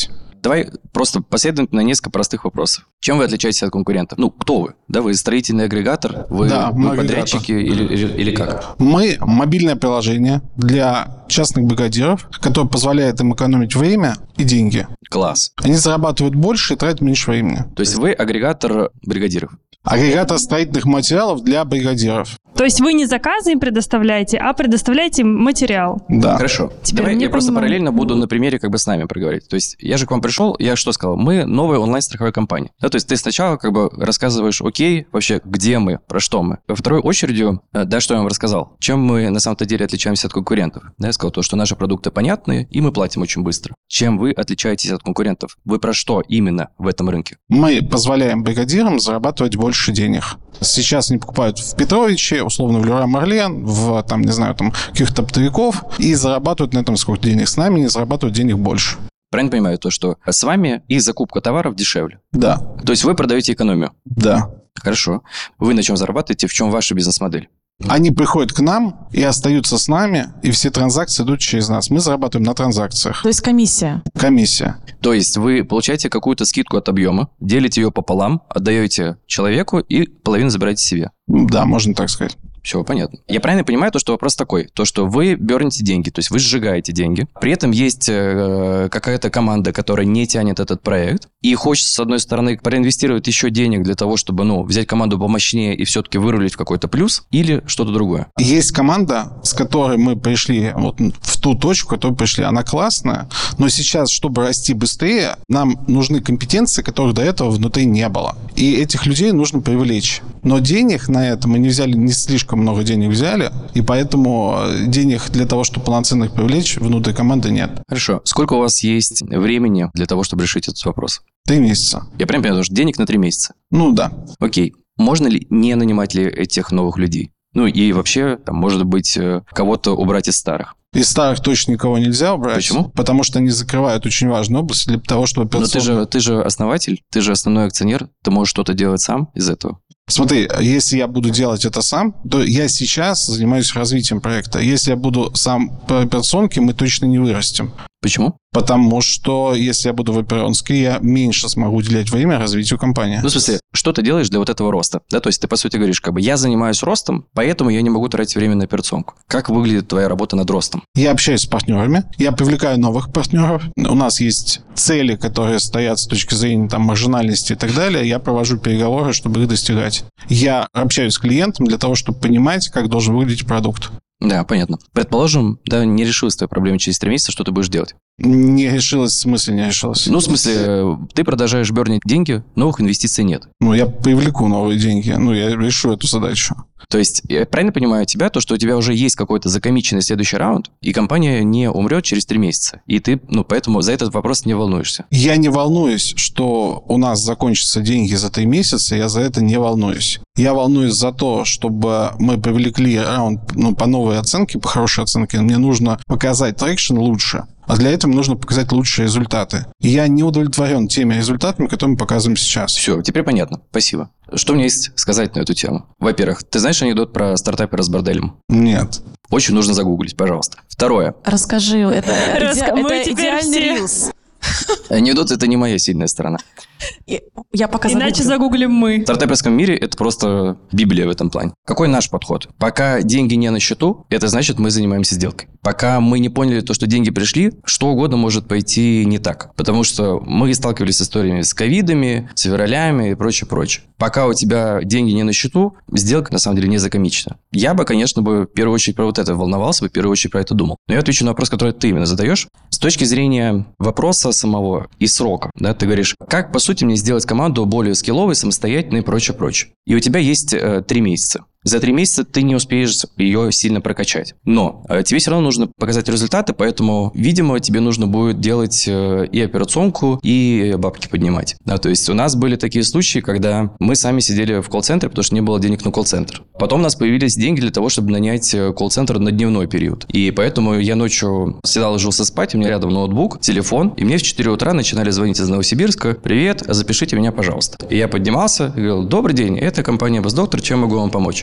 Давай просто последовательно несколько простых вопросов. Чем вы отличаетесь от конкурентов? Ну, кто вы? Да, вы строительный агрегатор? Вы, Да, вы мы подрядчики или, или, или как? Мы мобильное приложение для частных бригадиров, которое позволяет им экономить время и деньги. Класс. Они зарабатывают больше и тратят меньше времени. То есть вы агрегатор бригадиров? Агрегатор строительных материалов для бригадиров. То есть вы не заказы им предоставляете, а предоставляете им материал. Да. Хорошо. Теперь Давай не я просто понимаю. параллельно буду на примере как бы с нами проговорить. То есть я же к вам пришел, я что сказал? Мы новая онлайн-страховая компания. Да, то есть ты сначала как бы рассказываешь, окей, вообще, где мы, про что мы. Во второй очередью, да, что я вам рассказал. Чем мы на самом-то деле отличаемся от конкурентов? Да, я сказал то, что наши продукты понятные, и мы платим очень быстро. Чем вы отличаетесь от конкурентов? Вы про что именно в этом рынке? Мы позволяем бригадирам зарабатывать больше денег. Сейчас они покупают в Петровиче, условно в Леруа Мерлен, в, там, не знаю, там, каких-то оптовиков, и зарабатывают на этом сколько денег. С нами не зарабатывают денег больше. Правильно понимаю то, что с вами и закупка товаров дешевле? Да. То есть вы продаете экономию? Да. Хорошо. Вы на чем зарабатываете? В чем ваша бизнес-модель? Они приходят к нам и остаются с нами, и все транзакции идут через нас. Мы зарабатываем на транзакциях. То есть комиссия. Комиссия. То есть вы получаете какую-то скидку от объема, делите ее пополам, отдаете человеку и половину забираете себе. Да, можно так сказать. Все, понятно. Я правильно понимаю то, что вопрос такой, то, что вы бернете деньги, то есть вы сжигаете деньги, при этом есть э, какая-то команда, которая не тянет этот проект, и хочется, с одной стороны, проинвестировать еще денег для того, чтобы, ну, взять команду помощнее и все-таки вырулить в какой-то плюс, или что-то другое? Есть команда, с которой мы пришли вот в ту точку, в которую пришли. Она классная, но сейчас, чтобы расти быстрее, нам нужны компетенции, которых до этого внутри не было. И этих людей нужно привлечь. Но денег на это мы не взяли, не слишком много денег взяли, и поэтому денег для того, чтобы полноценно их привлечь, внутри команды нет. Хорошо. Сколько у вас есть времени для того, чтобы решить этот вопрос? Три месяца. Я прям понимаю, что денег на три месяца. Ну да. Окей. Можно ли не нанимать ли этих новых людей? Ну и вообще, там, может быть, кого-то убрать из старых? Из старых точно никого нельзя убрать. Почему? Потому что они закрывают очень важную область для того, чтобы... Но ты же, ты же основатель, ты же основной акционер, ты можешь что-то делать сам из этого. Смотри, если я буду делать это сам, то я сейчас занимаюсь развитием проекта. Если я буду сам по операционке, мы точно не вырастем. Почему? Потому что если я буду в операционке, я меньше смогу уделять время развитию компании. Ну, в смысле, что ты делаешь для вот этого роста? Да, то есть ты, по сути, говоришь, как бы, я занимаюсь ростом, поэтому я не могу тратить время на операционку. Как выглядит твоя работа над ростом? Я общаюсь с партнерами, я привлекаю новых партнеров. У нас есть цели, которые стоят с точки зрения там, маржинальности и так далее. Я провожу переговоры, чтобы их достигать. Я общаюсь с клиентом для того, чтобы понимать, как должен выглядеть продукт. Да, понятно. Предположим, да, не решилась твоя проблема через три месяца, что ты будешь делать? Не решилась, в смысле не решилась? Ну, в смысле, ты продолжаешь бернить деньги, новых инвестиций нет. Ну, я привлеку новые деньги, ну, я решу эту задачу. То есть, я правильно понимаю тебя, то, что у тебя уже есть какой-то закомиченный следующий раунд, и компания не умрет через три месяца, и ты, ну, поэтому за этот вопрос не волнуешься? Я не волнуюсь, что у нас закончатся деньги за три месяца, я за это не волнуюсь. Я волнуюсь за то, чтобы мы привлекли раунд, ну, по новой оценке, по хорошей оценке. Мне нужно показать трекшн лучше. А для этого нужно показать лучшие результаты. И я не удовлетворен теми результатами, которые мы показываем сейчас. Все, теперь понятно. Спасибо. Что у меня есть сказать на эту тему? Во-первых, ты знаешь анекдот про стартапера с борделем? Нет. Очень нужно загуглить, пожалуйста. Второе. Расскажи, это, Раска- иде- мы это теперь идеальный все. рилс. Анекдот – это не моя сильная сторона. И- Я пока Иначе загуглю. загуглим мы. В стартаперском мире это просто библия в этом плане. Какой наш подход? Пока деньги не на счету, это значит, мы занимаемся сделкой. Пока мы не поняли то, что деньги пришли, что угодно может пойти не так. Потому что мы сталкивались с историями с ковидами, с февралями и прочее, прочее. Пока у тебя деньги не на счету, сделка на самом деле не закомична. Я бы, конечно, бы в первую очередь про вот это волновался, бы в первую очередь про это думал. Но я отвечу на вопрос, который ты именно задаешь. С точки зрения вопроса самого и срока, да, ты говоришь, как, по сути, мне сделать команду более скилловой, самостоятельной и прочее, прочее. И у тебя есть э, три месяца. За три месяца ты не успеешь ее сильно прокачать. Но э, тебе все равно нужно показать результаты, поэтому, видимо, тебе нужно будет делать э, и операционку, и бабки поднимать. Да, то есть у нас были такие случаи, когда мы сами сидели в колл-центре, потому что не было денег на колл-центр. Потом у нас появились деньги для того, чтобы нанять колл-центр на дневной период. И поэтому я ночью всегда ложился спать, у меня рядом ноутбук, телефон, и мне в четыре утра начинали звонить из Новосибирска. «Привет, запишите меня, пожалуйста». И я поднимался и говорил: «Добрый день, это компания Босдоктор, чем могу вам помочь?»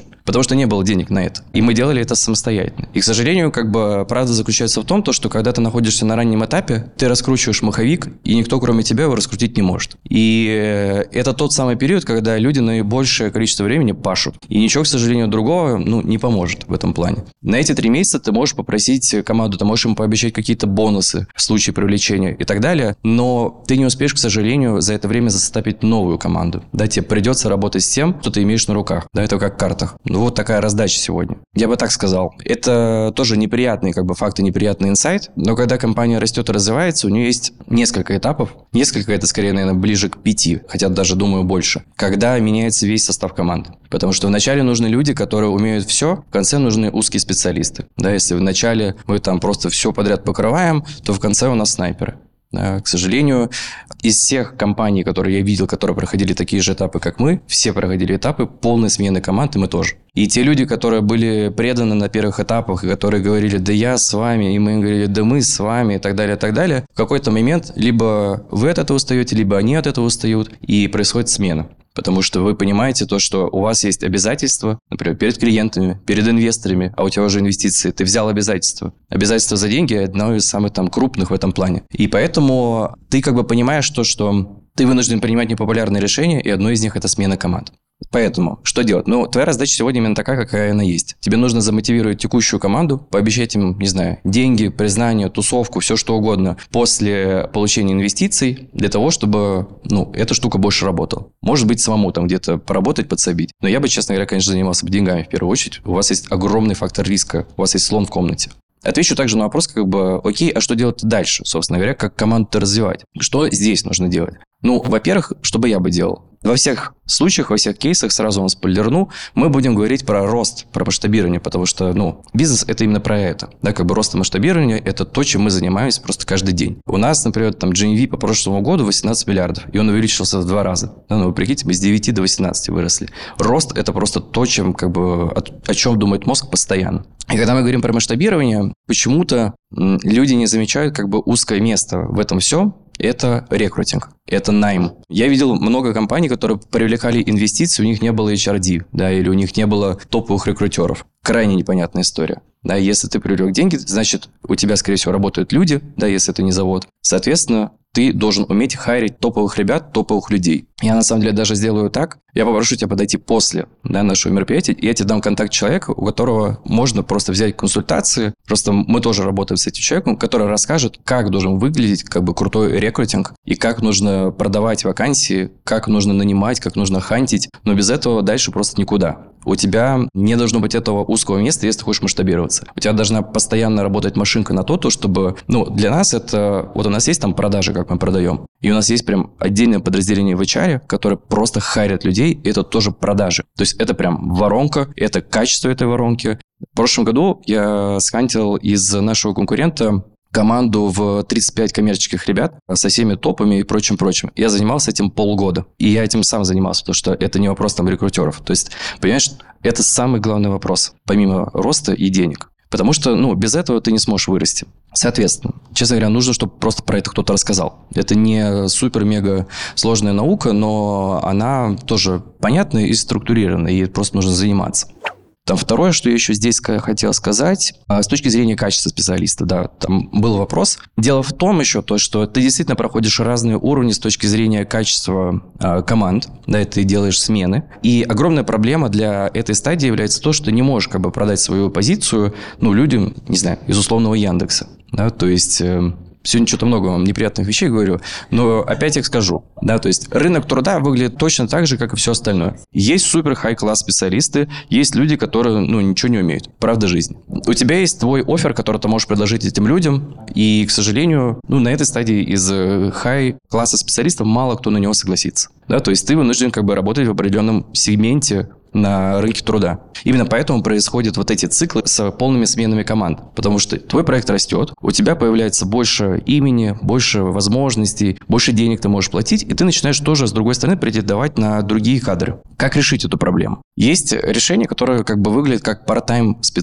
потому что не было денег на это. И мы делали это самостоятельно. И, к сожалению, как бы правда заключается в том, то, что когда ты находишься на раннем этапе, ты раскручиваешь маховик, и никто, кроме тебя, его раскрутить не может. И это тот самый период, когда люди наибольшее количество времени пашут. И ничего, к сожалению, другого ну, не поможет в этом плане. На эти три месяца ты можешь попросить команду, ты можешь им пообещать какие-то бонусы в случае привлечения и так далее, но ты не успеешь, к сожалению, за это время застопить новую команду. Да, тебе придется работать с тем, что ты имеешь на руках. Да, это как в картах. Ну, вот такая раздача сегодня. Я бы так сказал. Это тоже неприятный, как бы, факт и неприятный инсайт, но когда компания растет и развивается, у нее есть несколько этапов. Несколько, это скорее, наверное, ближе к пяти, хотя даже, думаю, больше. Когда меняется весь состав команды. Потому что вначале нужны люди, которые умеют все, в конце нужны узкие специалисты. Да, если вначале мы там просто все подряд покрываем, то в конце у нас снайперы. Да, к сожалению, из всех компаний, которые я видел, которые проходили такие же этапы, как мы, все проходили этапы полной смены команд, и мы тоже. И те люди, которые были преданы на первых этапах, и которые говорили, да я с вами, и мы им говорили, да мы с вами, и так далее, и так далее, в какой-то момент либо вы от этого устаете, либо они от этого устают, и происходит смена. Потому что вы понимаете то, что у вас есть обязательства, например, перед клиентами, перед инвесторами, а у тебя уже инвестиции, ты взял обязательства. Обязательства за деньги – одно из самых там крупных в этом плане. И поэтому ты как бы понимаешь то, что ты вынужден принимать непопулярные решения, и одно из них – это смена команд. Поэтому что делать? Ну, твоя раздача сегодня именно такая, какая она есть. Тебе нужно замотивировать текущую команду, пообещать им, не знаю, деньги, признание, тусовку, все что угодно после получения инвестиций для того, чтобы, ну, эта штука больше работала. Может быть, самому там где-то поработать, подсобить. Но я бы, честно говоря, конечно, занимался бы деньгами в первую очередь. У вас есть огромный фактор риска, у вас есть слон в комнате. Отвечу также на вопрос, как бы, окей, а что делать дальше, собственно говоря, как команду развивать? Что здесь нужно делать? Ну, во-первых, что бы я бы делал? Во всех случаях, во всех кейсах, сразу вам спойлерну, мы будем говорить про рост, про масштабирование, потому что, ну, бизнес – это именно про это. Да, как бы рост и масштабирование – это то, чем мы занимаемся просто каждый день. У нас, например, там джи эм ви по прошлому году восемнадцать миллиардов, и он увеличился в два раза. Да, ну, вы прикиньте, мы с девяти до восемнадцати выросли. Рост – это просто то, чем, как бы, о, о чем думает мозг постоянно. И когда мы говорим про масштабирование, почему-то люди не замечают, как бы, узкое место в этом всем. Это рекрутинг, это найм. Я видел много компаний, которые привлекали инвестиции, у них не было эйч ар ди, да, или у них не было топовых рекрутеров. Крайне непонятная история. Да, если ты привлек деньги, значит, у тебя, скорее всего, работают люди, да, если это не завод. Соответственно, ты должен уметь хайрить топовых ребят, топовых людей. Я, на самом деле, даже сделаю так. Я попрошу тебя подойти после, да, нашего мероприятия, и я тебе дам контакт человека, у которого можно просто взять консультации. Просто мы тоже работаем с этим человеком, который расскажет, как должен выглядеть, как бы, крутой рекрутинг, и как нужно продавать вакансии, как нужно нанимать, как нужно хантить. Но без этого дальше просто никуда. У тебя не должно быть этого узкого места, если ты хочешь масштабироваться. У тебя должна постоянно работать машинка на то, то чтобы... Ну, для нас это... Вот у нас есть там продажи, как мы продаем. И у нас есть прям отдельное подразделение в эйч ар, которое просто хайрит людей, и это тоже продажи. То есть это прям воронка, это качество этой воронки. В прошлом году я схантил из нашего конкурента команду в тридцать пять коммерческих ребят со всеми топами и прочим-прочим. Я занимался этим полгода. И я этим сам занимался, потому что это не вопрос там рекрутеров. То есть, понимаешь, это самый главный вопрос, помимо роста и денег. Потому что, ну, без этого ты не сможешь вырасти. Соответственно, честно говоря, нужно, чтобы просто про это кто-то рассказал. Это не супер-мега сложная наука, но она тоже понятная и структурированная, и просто нужно заниматься. Там второе, что я еще здесь хотел сказать, с точки зрения качества специалиста, да, там был вопрос. Дело в том еще, то, что ты действительно проходишь разные уровни с точки зрения качества э, команд, да, ты делаешь смены. И огромная проблема для этой стадии является то, что ты не можешь как бы продать свою позицию, ну, людям, не знаю, из условного Яндекса, да, то есть... Э, Сегодня что-то много вам неприятных вещей говорю, но опять их скажу. Да, то есть рынок труда выглядит точно так же, как и все остальное. Есть супер хай-класс специалисты, есть люди, которые, ну, ничего не умеют. Правда жизни. У тебя есть твой оффер, который ты можешь предложить этим людям, и, к сожалению, ну, на этой стадии из хай-класса специалистов мало кто на него согласится. Да, то есть ты вынужден как бы работать в определенном сегменте на рынке труда. Именно поэтому происходят вот эти циклы с полными сменами команд. Потому что твой проект растет, у тебя появляется больше имени, больше возможностей, больше денег ты можешь платить, и ты начинаешь тоже, с другой стороны, претендовать на другие кадры. Как решить эту проблему? Есть решение, которое как бы выглядит как part-time спецы.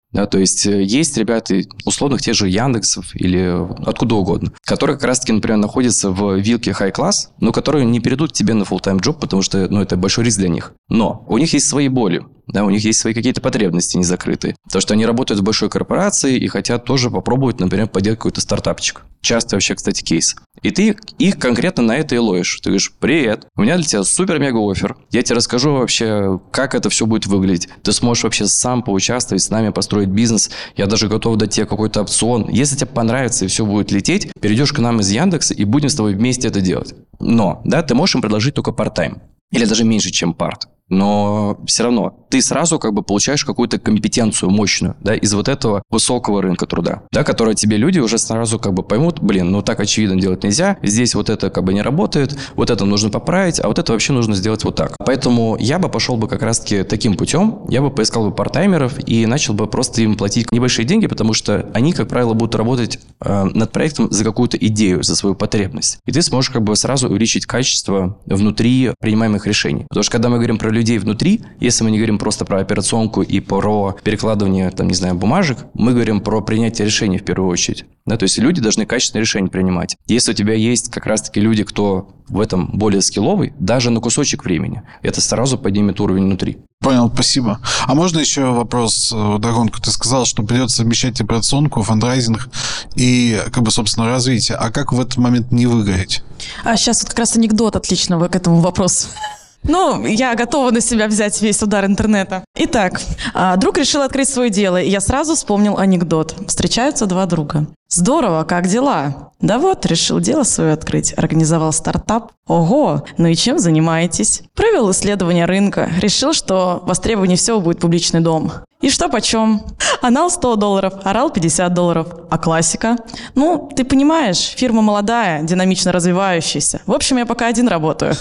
Да, то есть есть ребята, условных тех же Яндексов или откуда угодно, которые как раз-таки, например, находятся в вилке high-класс, но которые не перейдут к тебе на full-time job, потому что ну, это большой риск для них. Но у них есть свои боли, да, у них есть свои какие-то потребности незакрытые. То, что они работают в большой корпорации и хотят тоже попробовать, например, поделать какой-то стартапчик. Часто вообще, кстати, кейс. И ты их конкретно на это и ловишь. Ты говоришь: привет, у меня для тебя супер-мега-оффер. Я тебе расскажу вообще, как это все будет выглядеть. Ты сможешь вообще сам поучаствовать с нами, построить бизнес. Я даже готов дать тебе какой-то опцион. Если тебе понравится и все будет лететь, перейдешь к нам из Яндекса и будем с тобой вместе это делать. Но, да, ты можешь им предложить только part-time. Или даже меньше, чем парт. Но все равно ты сразу как бы получаешь какую-то компетенцию мощную, да, из вот этого высокого рынка труда, да, которое тебе люди уже сразу как бы поймут: блин, ну так очевидно делать нельзя, здесь вот это как бы не работает, вот это нужно поправить, а вот это вообще нужно сделать вот так. Поэтому я бы пошел бы как раз-таки таким путем, я бы поискал бы парт-таймеров и начал бы просто им платить небольшие деньги, потому что они, как правило, будут работать э, над проектом за какую-то идею, за свою потребность. И ты сможешь как бы сразу увеличить качество внутри принимаемых решений. Потому что когда мы говорим про людей внутри, если мы не говорим просто про операционку и про перекладывание, там, не знаю, бумажек, мы говорим про принятие решений в первую очередь. Да, то есть люди должны качественные решения принимать. Если у тебя есть как раз-таки люди, кто в этом более скилловый, даже на кусочек времени, это сразу поднимет уровень внутри. Понял, спасибо. А можно еще вопрос, догонку? Ты сказал, что придется совмещать операционку, фандрайзинг и, как бы, собственно, развитие. А как в этот момент не выгореть? А сейчас вот как раз анекдот отличного к этому вопросу. Ну, я готова на себя взять весь удар интернета. Итак, друг решил открыть свое дело, и я сразу вспомнил анекдот. Встречаются два друга. Здорово, как дела? Да вот, решил дело свое открыть. Организовал стартап. Ого, ну и чем занимаетесь? Провел исследование рынка. Решил, что востребованнее всего будет публичный дом. И что почем? Анал сто долларов, орал пятьдесят долларов. А классика? Ну, ты понимаешь, фирма молодая, динамично развивающаяся. В общем, я пока один работаю.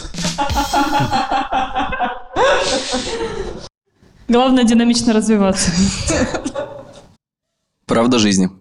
Главное динамично развиваться. Правда жизни.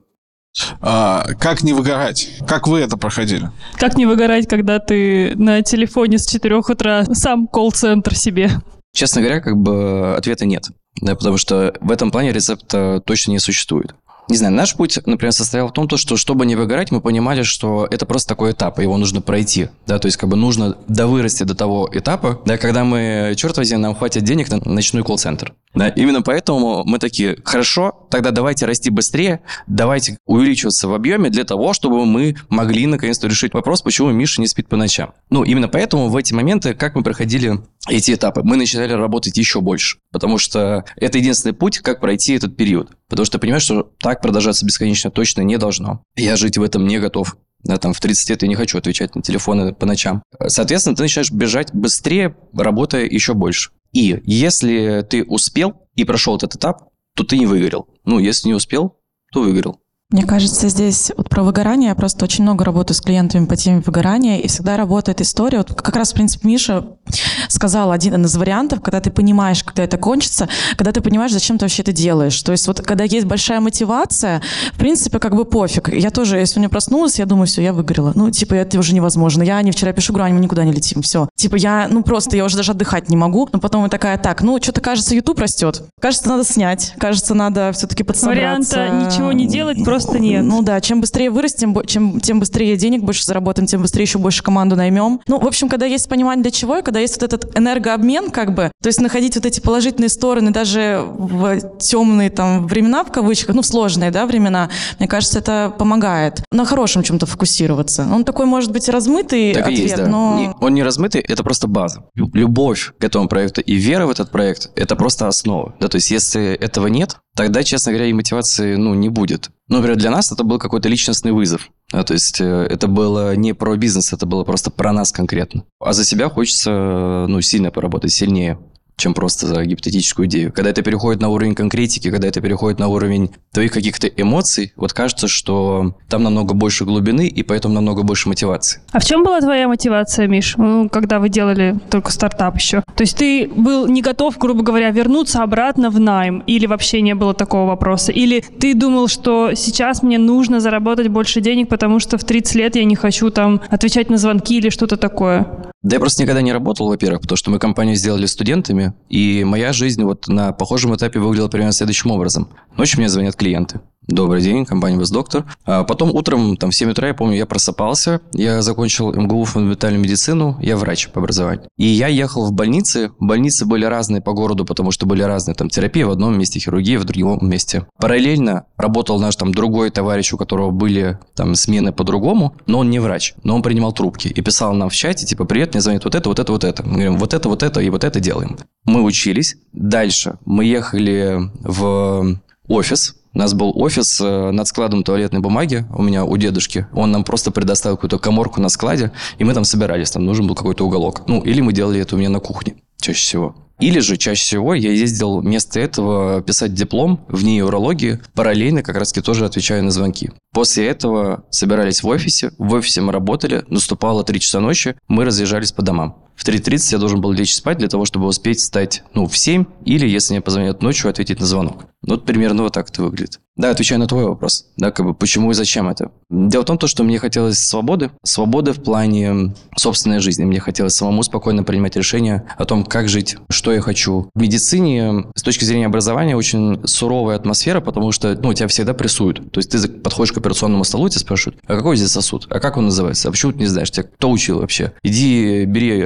А, как не выгорать? Как вы это проходили? Как не выгорать, когда ты на телефоне с четырёх утра сам колл-центр себе? Честно говоря, как бы ответа нет. Да, потому что в этом плане рецепта точно не существует. Не знаю, наш путь, например, состоял в том, что чтобы не выгорать, мы понимали, что это просто такой этап, и его нужно пройти. Да, то есть, как бы нужно довырасти до того этапа, да, когда мы, черт возьми, нам хватит денег на ночной колл-центр. Да, именно поэтому мы такие: хорошо, тогда давайте расти быстрее, давайте увеличиваться в объеме для того, чтобы мы могли наконец-то решить вопрос, почему Миша не спит по ночам. Ну, именно поэтому в эти моменты, как мы проходили эти этапы, мы начинали работать еще больше, потому что это единственный путь, как пройти этот период. Потому что ты понимаешь, что так продолжаться бесконечно точно не должно. Я жить в этом не готов. Да, там в тридцать лет я не хочу отвечать на телефоны по ночам. Соответственно, ты начинаешь бежать быстрее, работая еще больше. И если ты успел и прошел этот этап, то ты не выгорел. Ну, если не успел, то выгорел. Мне кажется, здесь вот про выгорание, я просто очень много работаю с клиентами по теме выгорания, и всегда работает история. Вот как раз, в принципе, Миша сказал один из вариантов, когда ты понимаешь, когда это кончится, когда ты понимаешь, зачем ты вообще это делаешь. То есть вот когда есть большая мотивация, в принципе, как бы пофиг. Я тоже, если у меня проснулась, я думаю: все, я выгорела. Ну, типа, это уже невозможно. Я не вчера пишу грань, мы никуда не летим, все. Типа, я, ну, просто, я уже даже отдыхать не могу. Но потом я такая: так, ну, что-то, кажется, YouTube растет. Кажется, надо снять. Кажется, надо все-таки подсобраться. Варианта ничего не делать просто Просто нет. Ну да, чем быстрее вырастем, чем, тем быстрее денег больше заработаем, тем быстрее еще больше команду наймем. Ну, в общем, когда есть понимание для чего, и когда есть вот этот энергообмен, как бы, то есть находить вот эти положительные стороны даже в темные там времена, в кавычках, ну, в сложные, да, времена, мне кажется, это помогает на хорошем чем-то фокусироваться. Он такой, может быть, размытый так ответ, и есть, да. но... Не, он не размытый, это просто база. Любовь к этому проекту и вера в этот проект – это просто основа. Да, то есть если этого нет, тогда, честно говоря, и мотивации, ну, не будет. Ну, например, для нас это был какой-то личностный вызов. Да, то есть это было не про бизнес, это было просто про нас конкретно. А за себя хочется, ну, сильно поработать, сильнее, чем просто за гипотетическую идею. Когда это переходит на уровень конкретики, когда это переходит на уровень твоих каких-то эмоций, вот кажется, что там намного больше глубины, и поэтому намного больше мотивации. А в чем была твоя мотивация, Миш, ну, когда вы делали только стартап еще? То есть ты был не готов, грубо говоря, вернуться обратно в найм, или вообще не было такого вопроса? Или ты думал, что сейчас мне нужно заработать больше денег, потому что в тридцать лет я не хочу там отвечать на звонки или что-то такое? Да я просто никогда не работал, во-первых, потому что мы компанию сделали студентами, и моя жизнь вот на похожем этапе выглядела примерно следующим образом. Ночью мне звонят клиенты. Добрый день, компания Вестдоктор. А потом утром, там, в семь утра, я помню, я просыпался, я закончил эм гэ у фундаментальную медицину, я врач по образованию. И я ехал в больницы, больницы были разные по городу, потому что были разные, там, терапия в одном месте, хирургия в другом месте. Параллельно работал наш, там, другой товарищ, у которого были, там, смены по-другому, но он не врач, но он принимал трубки и писал нам в чате, типа, привет, мне звонит вот это, вот это, вот это. Мы говорим, вот это, вот это и вот это делаем. Мы учились. Дальше мы ехали в офис. У нас был офис над складом туалетной бумаги у меня, у дедушки. Он нам просто предоставил какую-то каморку на складе, и мы там собирались. Там нужен был какой-то уголок. Ну, или мы делали это у меня на кухне чаще всего. Или же чаще всего я ездил вместо этого писать диплом в нейрологии, параллельно как раз-таки тоже отвечаю на звонки. После этого собирались в офисе, в офисе мы работали, наступало три часа ночи, мы разъезжались по домам. В три тридцать я должен был лечь спать для того, чтобы успеть встать, ну, в семь, или, если мне позвонят ночью, ответить на звонок. Ну, вот примерно вот так это выглядит. Да, отвечаю на твой вопрос, да, как бы почему и зачем это. Дело в том, что мне хотелось свободы, свободы в плане собственной жизни. Мне хотелось самому спокойно принимать решения о том, как жить, что я хочу. В медицине, с точки зрения образования, очень суровая атмосфера, потому что, ну, тебя всегда прессуют. То есть ты подходишь к операционному столу, тебя спрашивают, а какой здесь сосуд? А как он называется? А почему ты не знаешь? Тебя кто учил вообще? Иди, бери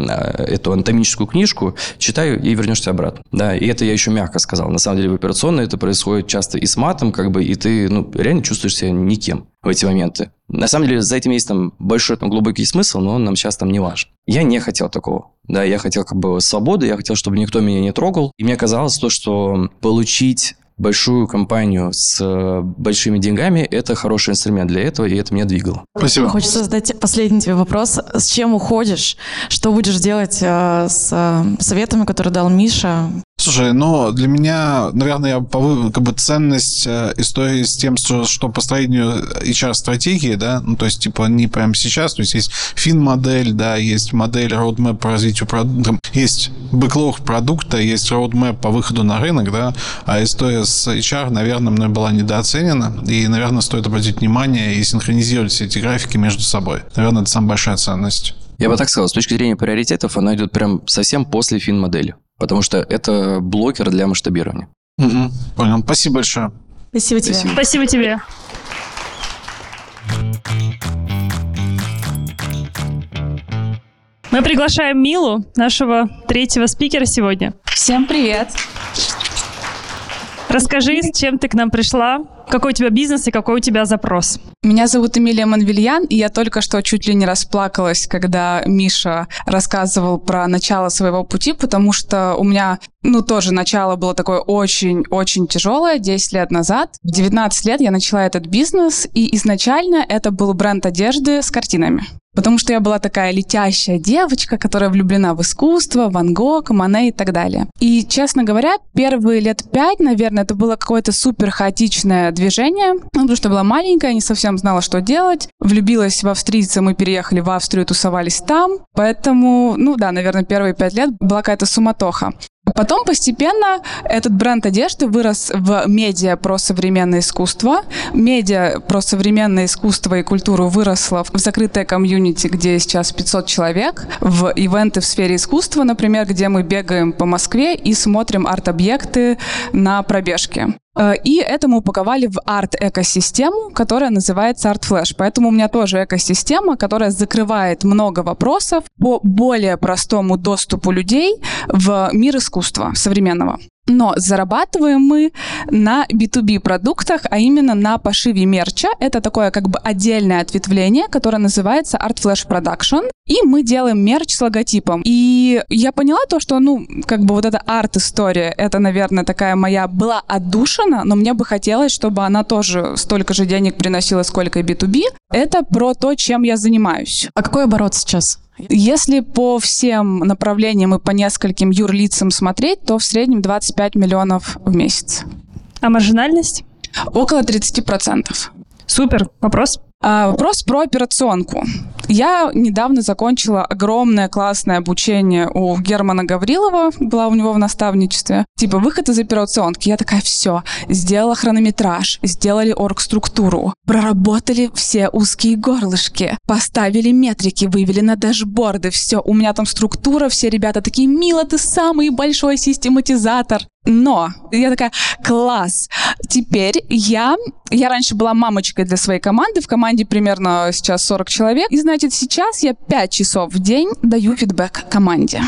эту анатомическую книжку, читай и вернешься обратно. Да, и это я еще мягко сказал. На самом деле в операционной это происходит часто и с матом, как бы, и ты, ну, реально чувствуешь себя никем в эти моменты. На самом деле за этим есть там большой, там, глубокий смысл, но он нам сейчас там не важен. Я не хотел такого. Да, я хотел как бы свободы, я хотел, чтобы никто меня не трогал. И мне казалось то, что получить большую компанию с большими деньгами – это хороший инструмент для этого, и это меня двигало. Спасибо. Хочется задать последний тебе вопрос. С чем уходишь? Что будешь делать э, с э, советами, которые дал Миша? Слушай, ну, для меня, наверное, я повы... как бы ценность э, истории с тем, что, что построению эйч ар-стратегии, да, ну, то есть, типа, не прямо сейчас, то есть, есть фин-модель, да, есть модель roadmap по развитию продукта, есть бэклог продукта, есть roadmap по выходу на рынок, да, а история с эйч ар, наверное, мной была недооценена, и, наверное, стоит обратить внимание и синхронизировать все эти графики между собой. Наверное, это самая большая ценность. Я бы так сказал, с точки зрения приоритетов, она идет прям совсем после фин-модели, потому что это блокер для масштабирования. Угу, понял. Спасибо большое. Спасибо тебе. Спасибо. Спасибо тебе. Мы приглашаем Милу, нашего третьего спикера сегодня. Всем привет! Расскажи, с чем ты к нам пришла, какой у тебя бизнес и какой у тебя запрос. Меня зовут Эмилия Манвельян, и я только что чуть ли не расплакалась, когда Миша рассказывал про начало своего пути, потому что у меня, ну, тоже начало было такое очень-очень тяжелое, десять лет назад. В девятнадцать лет я начала этот бизнес, и изначально это был бренд одежды с картинами. Потому что я была такая летящая девочка, которая влюблена в искусство, Ван Гог, Моне и так далее. И, честно говоря, первые лет пять, наверное, это было какое-то супер хаотичное движение, ну, потому что была маленькая, не совсем знала, что делать. Влюбилась в австрийца, мы переехали в Австрию, тусовались там. Поэтому, ну да, наверное, первые пять лет была какая-то суматоха. Потом постепенно этот бренд одежды вырос в медиа про современное искусство. Медиа про современное искусство и культуру выросло в закрытое комьюнити, где сейчас пятьсот человек, в ивенты в сфере искусства, например, где мы бегаем по Москве и смотрим арт-объекты на пробежке. И это мы упаковали в арт-экосистему, которая называется ArtFlash. Поэтому у меня тоже экосистема, которая закрывает много вопросов по более простому доступу людей в мир искусства современного. Но зарабатываем мы на би ту би продуктах, а именно на пошиве мерча. Это такое как бы отдельное ответвление, которое называется ArtFlash Production. И мы делаем мерч с логотипом. И я поняла то, что, ну, как бы вот эта арт-история, это, наверное, такая моя была отдушина, но мне бы хотелось, чтобы она тоже столько же денег приносила, сколько и би ту би. Это про то, чем я занимаюсь. А какой оборот сейчас? Если по всем направлениям и по нескольким юрлицам смотреть, то в среднем двадцать пять миллионов в месяц. А маржинальность? Около тридцать процентов. Супер. Вопрос? А, вопрос про операционку. Я недавно закончила огромное классное обучение у Германа Гаврилова, была у него в наставничестве. Типа выход из операционки. Я такая, все, сделала хронометраж, сделали оргструктуру, проработали все узкие горлышки, поставили метрики, вывели на дашборды, все, у меня там структура, все ребята такие, Мила, ты самый большой систематизатор. Но я такая, класс, теперь я, я раньше была мамочкой для своей команды, в команде примерно сейчас сорок человек, и, значит, сейчас я пять часов в день даю фидбэк команде.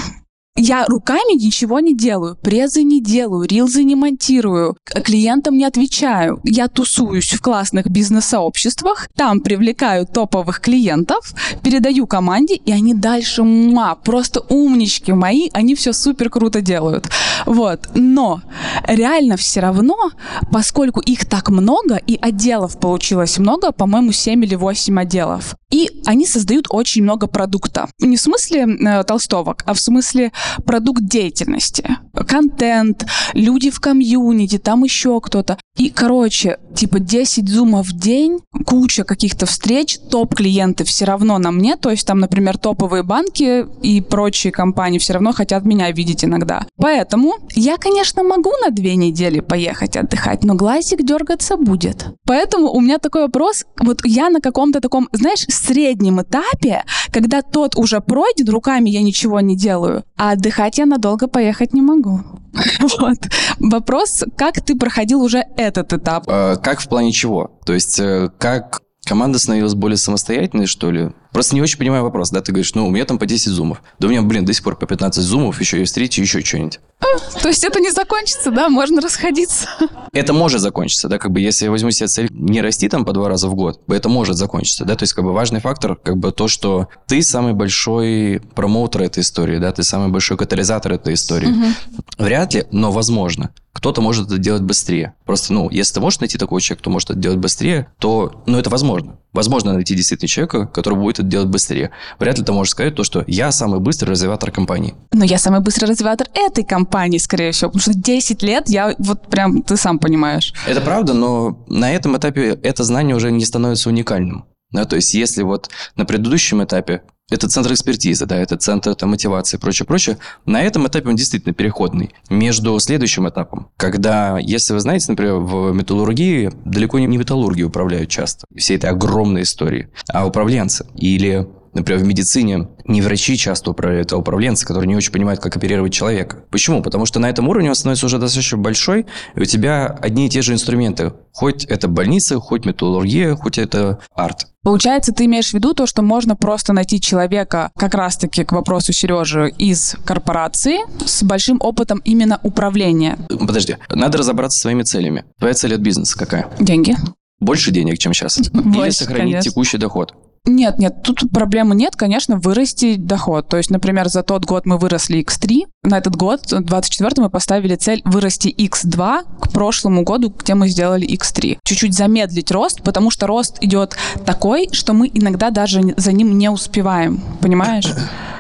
Я руками ничего не делаю, презы не делаю, рилзы не монтирую, клиентам не отвечаю. Я тусуюсь в классных бизнес-сообществах, там привлекаю топовых клиентов, передаю команде, и они дальше, ма, просто умнички мои, они все супер круто делают. Вот. Но реально все равно, поскольку их так много, и отделов получилось много, по-моему, семь или восемь отделов, и они создают очень много продукта. Не в смысле э, толстовок, а в смысле продукт деятельности. Контент, люди в комьюнити, там еще кто-то. И, короче, типа десять зумов в день, куча каких-то встреч, топ-клиенты все равно на мне, то есть там, например, топовые банки и прочие компании все равно хотят меня видеть иногда. Поэтому я, конечно, могу на две недели поехать отдыхать, но глазик дергаться будет. Поэтому у меня такой вопрос, вот я на каком-то таком, знаешь, среднем этапе, когда тот уже пройден, руками я ничего не делаю, а отдыхать я надолго поехать не могу. Вот. Вопрос, как ты проходил уже этот этап? А, как в плане чего? То есть, как команда становилась более самостоятельной, что ли? Просто не очень понимаю вопрос, да? Ты говоришь, ну, у меня там по десять зумов. Да у меня, блин, до сих пор по пятнадцать зумов, еще и встречи, еще что-нибудь. То есть это не закончится, да? Можно расходиться. Это может закончиться, да? Как бы, если я возьму себе цель не расти там по два раза в год, это может закончиться, да? То есть, как бы, важный фактор, как бы, то, что ты самый большой промоутер этой истории, да? Ты самый большой катализатор этой истории. Угу. Вряд ли, но возможно. Кто-то может это делать быстрее. Просто, ну, если ты можешь найти такого человека, кто может это делать быстрее, то, ну, это возможно. Возможно найти действительно человека, который будет это делать быстрее. Вряд ли ты можешь сказать то, что я самый быстрый развиватор компании. Но я самый быстрый развиватор этой компании, скорее всего, потому что десять лет я вот прям, ты сам понимаешь. Это правда, но на этом этапе это знание уже не становится уникальным. Да, то есть, если вот на предыдущем этапе это центр экспертизы, да, это центр там, мотивации и прочее, прочее, на этом этапе он действительно переходный. Между следующим этапом, когда, если вы знаете, например, в металлургии далеко не металлурги управляют часто всей этой огромной историей, а управленцы. Или, например, в медицине не врачи часто управляют, а управленцы, которые не очень понимают, как оперировать человека. Почему? Потому что на этом уровне он становится уже достаточно большой, и у тебя одни и те же инструменты. Хоть это больница, хоть металлургия, хоть это арт. Получается, ты имеешь в виду то, что можно просто найти человека, как раз-таки к вопросу Сережи, из корпорации с большим опытом именно управления? Подожди, надо разобраться со своими целями. Твоя цель от бизнеса какая? Деньги. Больше денег, чем сейчас? Больше, или сохранить конечно. Текущий доход? Нет, нет, тут проблемы нет, конечно, вырасти доход. То есть, например, за тот год мы выросли икс три, на этот год, двадцать четвёртый, мы поставили цель вырасти икс два к прошлому году, где мы сделали икс три. Чуть-чуть замедлить рост, потому что рост идет такой, что мы иногда даже за ним не успеваем, понимаешь?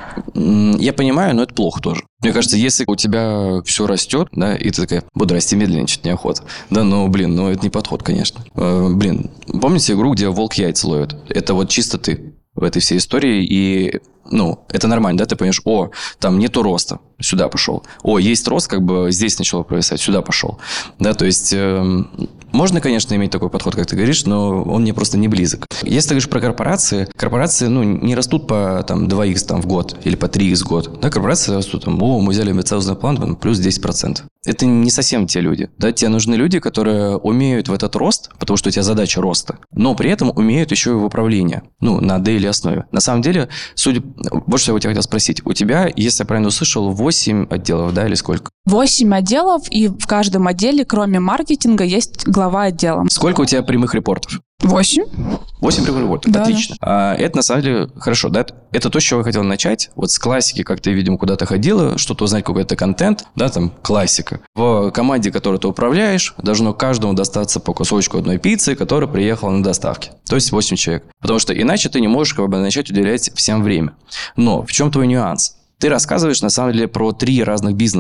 Я понимаю, но это плохо тоже. Мне кажется, если у тебя все растет, да, и ты такая, буду расти медленнее, что-то неохота. Да, ну, блин, ну, это не подход, конечно. Э, блин, помните игру, где волк яйца ловит? Это вот чисто ты в этой всей истории, и, ну, это нормально, да, ты понимаешь, о, там нету роста, сюда пошел. О, есть рост, как бы здесь начало провисать, сюда пошел. Да, то есть... Э, Можно, конечно, иметь такой подход, как ты говоришь, но он мне просто не близок. Если ты говоришь про корпорации, корпорации, ну, не растут по там, два икс там, в год или по три икс в год. Да, корпорации растут, там, о, мы взяли амбициозный план, там, плюс десять процентов. Это не совсем те люди. Да? Тебе нужны люди, которые умеют в этот рост, потому что у тебя задача роста, но при этом умеют еще и в управлении, ну, на дейли основе. На самом деле, судя... Вот что я у тебя хотел спросить. У тебя, если я правильно услышал, восемь отделов, да, или сколько? восемь отделов, и в каждом отделе, кроме маркетинга, есть глава отдела. Сколько у тебя прямых репортов? Восемь. Восемь прямых репортов, Да, отлично. Да. А, это, на самом деле, хорошо, да? Это то, с чего я хотел начать. Вот с классики, как ты, видимо, куда-то ходила, что-то узнать, какой-то контент, да, там, классика. В команде, которой ты управляешь, должно каждому достаться по кусочку одной пиццы, которая приехала на доставке. То есть восемь человек. Потому что иначе ты не можешь, как бы, начать уделять всем время. Но в чем твой нюанс? Ты рассказываешь, на самом деле, про три разных бизнеса.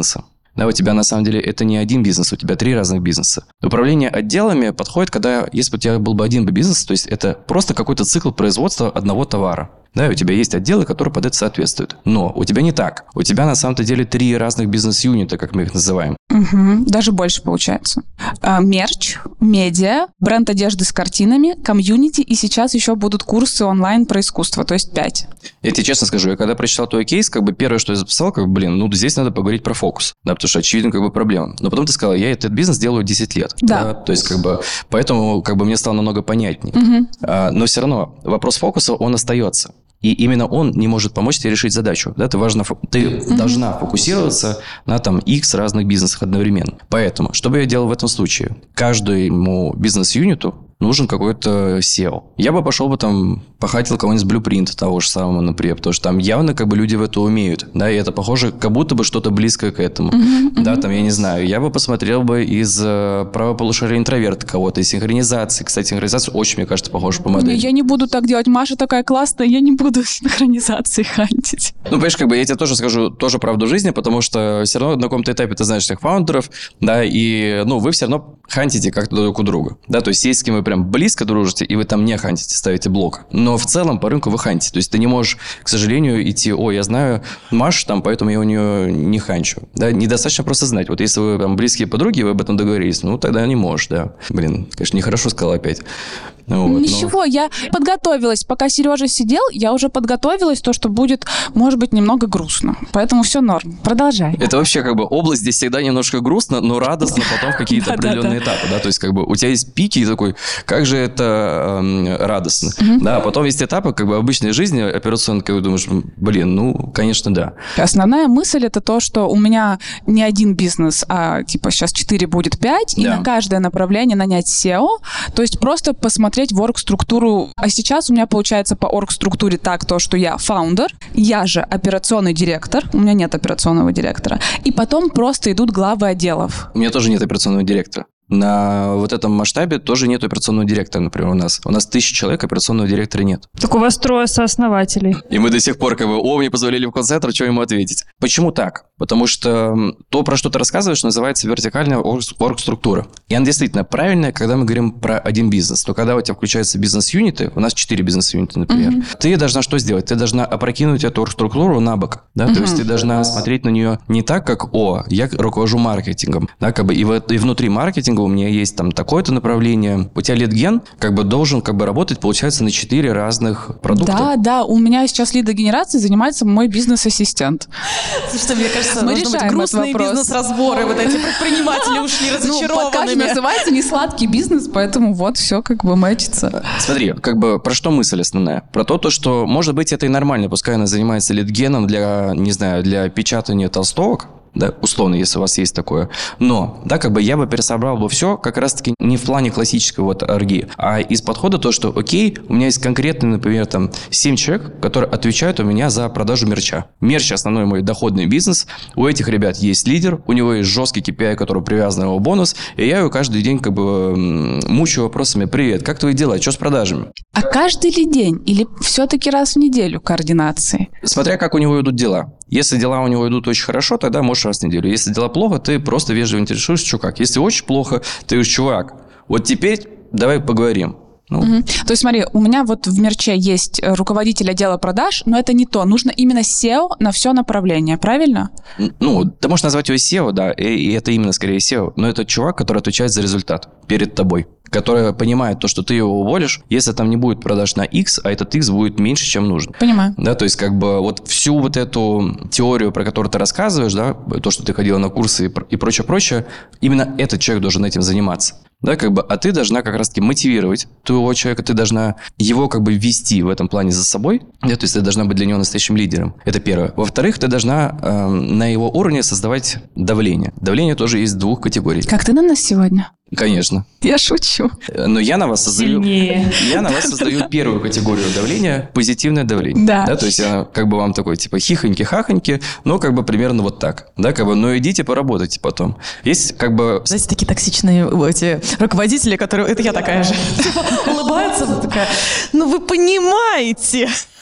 Да, у тебя на самом деле это не один бизнес, у тебя три разных бизнеса. Управление отделами подходит, когда, если бы у тебя был бы один бы бизнес, то есть это просто какой-то цикл производства одного товара. Да, и у тебя есть отделы, которые под это соответствуют. Но у тебя не так. У тебя на самом-то деле три разных бизнес-юнита, как мы их называем. Угу, даже больше получается. А, мерч, медиа, бренд одежды с картинами, комьюнити, и сейчас еще будут курсы онлайн про искусство, то есть пять. Я тебе честно скажу, я когда прочитал твой кейс, как бы первое, что я записал, как бы, блин, ну здесь надо поговорить про фокус, да, потому что очевидно как бы проблема. Но потом ты сказала, я этот бизнес делаю десять лет. Да. Да, то есть как бы, поэтому как бы мне стало намного понятнее. Угу. А, но все равно вопрос фокуса, он остается. И именно он не может помочь тебе решить задачу. Да? Ты, важно, ты mm-hmm. должна фокусироваться на там X разных бизнесах одновременно. Поэтому, что бы я делал в этом случае? Каждому бизнес-юниту нужен какой-то сео. Я бы пошел бы там, похатил кого-нибудь с Blueprint того же самого, например, потому что там явно как бы люди в это умеют, да, и это похоже, как будто бы что-то близкое к этому. Uh-huh, да, uh-huh. там, я не знаю, я бы посмотрел бы из э, правополушария интроверта кого-то, из синхронизации. Кстати, синхронизация очень, мне кажется, похожа по модели. Я не буду так делать. Маша такая классная, я не буду синхронизации хантить. Ну, понимаешь, как бы я тебе тоже скажу тоже правду жизни, потому что все равно на каком-то этапе ты знаешь всех фаундеров, да, и, ну, вы все равно хантите как-то друг у друга, да, то есть есть с кем вы прям близко дружите, и вы там не хантите, ставите блок. Но в целом по рынку вы хантите. То есть ты не можешь, к сожалению, идти, о, я знаю Маш, там, поэтому я у нее не ханчу. Да, недостаточно просто знать. Вот если вы там близкие подруги, вы об этом договорились, ну, тогда не можешь, да. Блин, конечно, нехорошо сказал опять. Вот, Ничего, но... я подготовилась. Пока Сережа сидел, я уже подготовилась, то, что будет, может быть, немного грустно. Поэтому все норм. Продолжай. Это вообще как бы область, здесь всегда немножко грустно, но радостно потом в какие-то определенные этапы, да, то есть как бы у тебя есть пики и такой, как же это э, радостно, да, а потом есть этапы как бы обычной жизни операционной, когда думаешь, блин, ну, конечно, да. Основная мысль это то, что у меня не один бизнес, а типа сейчас четыре будет пять, и да. на каждое направление нанять сео, то есть просто посмотреть в орг-структуру. А сейчас у меня получается по орг-структуре так, то, что я фаундер, я же операционный директор, у меня нет операционного директора, и потом просто идут главы отделов. У меня тоже нет операционного директора. На вот этом масштабе тоже нет операционного директора, например, у нас. У нас тысяча человек, операционного директора нет. Так у вас трое сооснователей. И мы до сих пор как бы, о, мне позволили в колл-центр, что ему ответить? Почему так? Потому что то, про что ты рассказываешь, называется вертикальная орг-структура. И она действительно правильная, когда мы говорим про один бизнес. То когда у тебя включаются бизнес-юниты, у нас четыре бизнес-юнита, например, mm-hmm. ты должна что сделать? Ты должна опрокинуть эту орг-структуру на бок. Да? Mm-hmm. То есть ты должна смотреть на нее не так, как, о, я руковожу маркетингом. Да, как бы, и, в, и внутри маркетинга у меня есть там такое-то направление. У тебя лид-ген как бы должен как бы работать, получается, на четыре разных продукта. Да, да, у меня сейчас лидогенерацией занимается мой бизнес-ассистент. Слушай, мне кажется, мы должны быть грустные бизнес-разборы. Вот эти предприниматели ушли разочарованными. Ну, подкаст называется «Не сладкий бизнес», поэтому вот все как бы мэчится. Смотри, как бы про что мысль основная? Про то, то, что, может быть, это и нормально, пускай она занимается лид-геном для, не знаю, для печатания толстовок, да, условно, если у вас есть такое. Но, да, как бы я бы пересобрал бы все как раз-таки не в плане классической вот орги, а из подхода то, что, окей, у меня есть конкретный, например, там, семь человек, которые отвечают у меня за продажу мерча. Мерч – основной мой доходный бизнес. У этих ребят есть лидер, у него есть жесткий кей пи ай, который привязан на его бонус, и я его каждый день как бы мучаю вопросами: привет, как твои дела, что с продажами? А каждый ли день или все-таки раз в неделю координации? Смотря как у него идут дела. Если дела у него идут очень хорошо, тогда можешь раз в неделю. Если дела плохо, ты просто вежливо интересуешься, что как. Если очень плохо, ты говоришь: чувак, вот теперь давай поговорим. Ну. Угу. То есть, смотри, у меня вот в мерче есть руководитель отдела продаж, но это не то. Нужно именно сео на все направление, правильно? Ну, ты можешь назвать его сео, да, и это именно скорее сео, но это чувак, который отвечает за результат перед тобой, который понимает то, что ты его уволишь, если там не будет продаж на X, а этот X будет меньше, чем нужно. Понимаю. Да, то есть как бы вот всю вот эту теорию, про которую ты рассказываешь, да, то, что ты ходила на курсы и прочее-прочее, именно этот человек должен этим заниматься. Да, как бы, а ты должна как раз-таки мотивировать твоего человека, ты должна его как бы вести в этом плане за собой, да, то есть ты должна быть для него настоящим лидером. Это первое. Во-вторых, ты должна э, на его уровне создавать давление. Давление тоже есть двух категорий. Как ты на нас сегодня? Конечно. Я шучу. Но я на вас создаю... Сильнее. Я на вас создаю первую категорию давления, позитивное давление. Да. Да, то есть я как бы вам такой, типа, хихоньки-хахоньки, но как бы примерно вот так. Да, как бы, но идите поработайте потом. Есть как бы... Знаете, такие токсичные эти руководители, которые... Это я такая же. Улыбаются, такая: ну вы понимаете...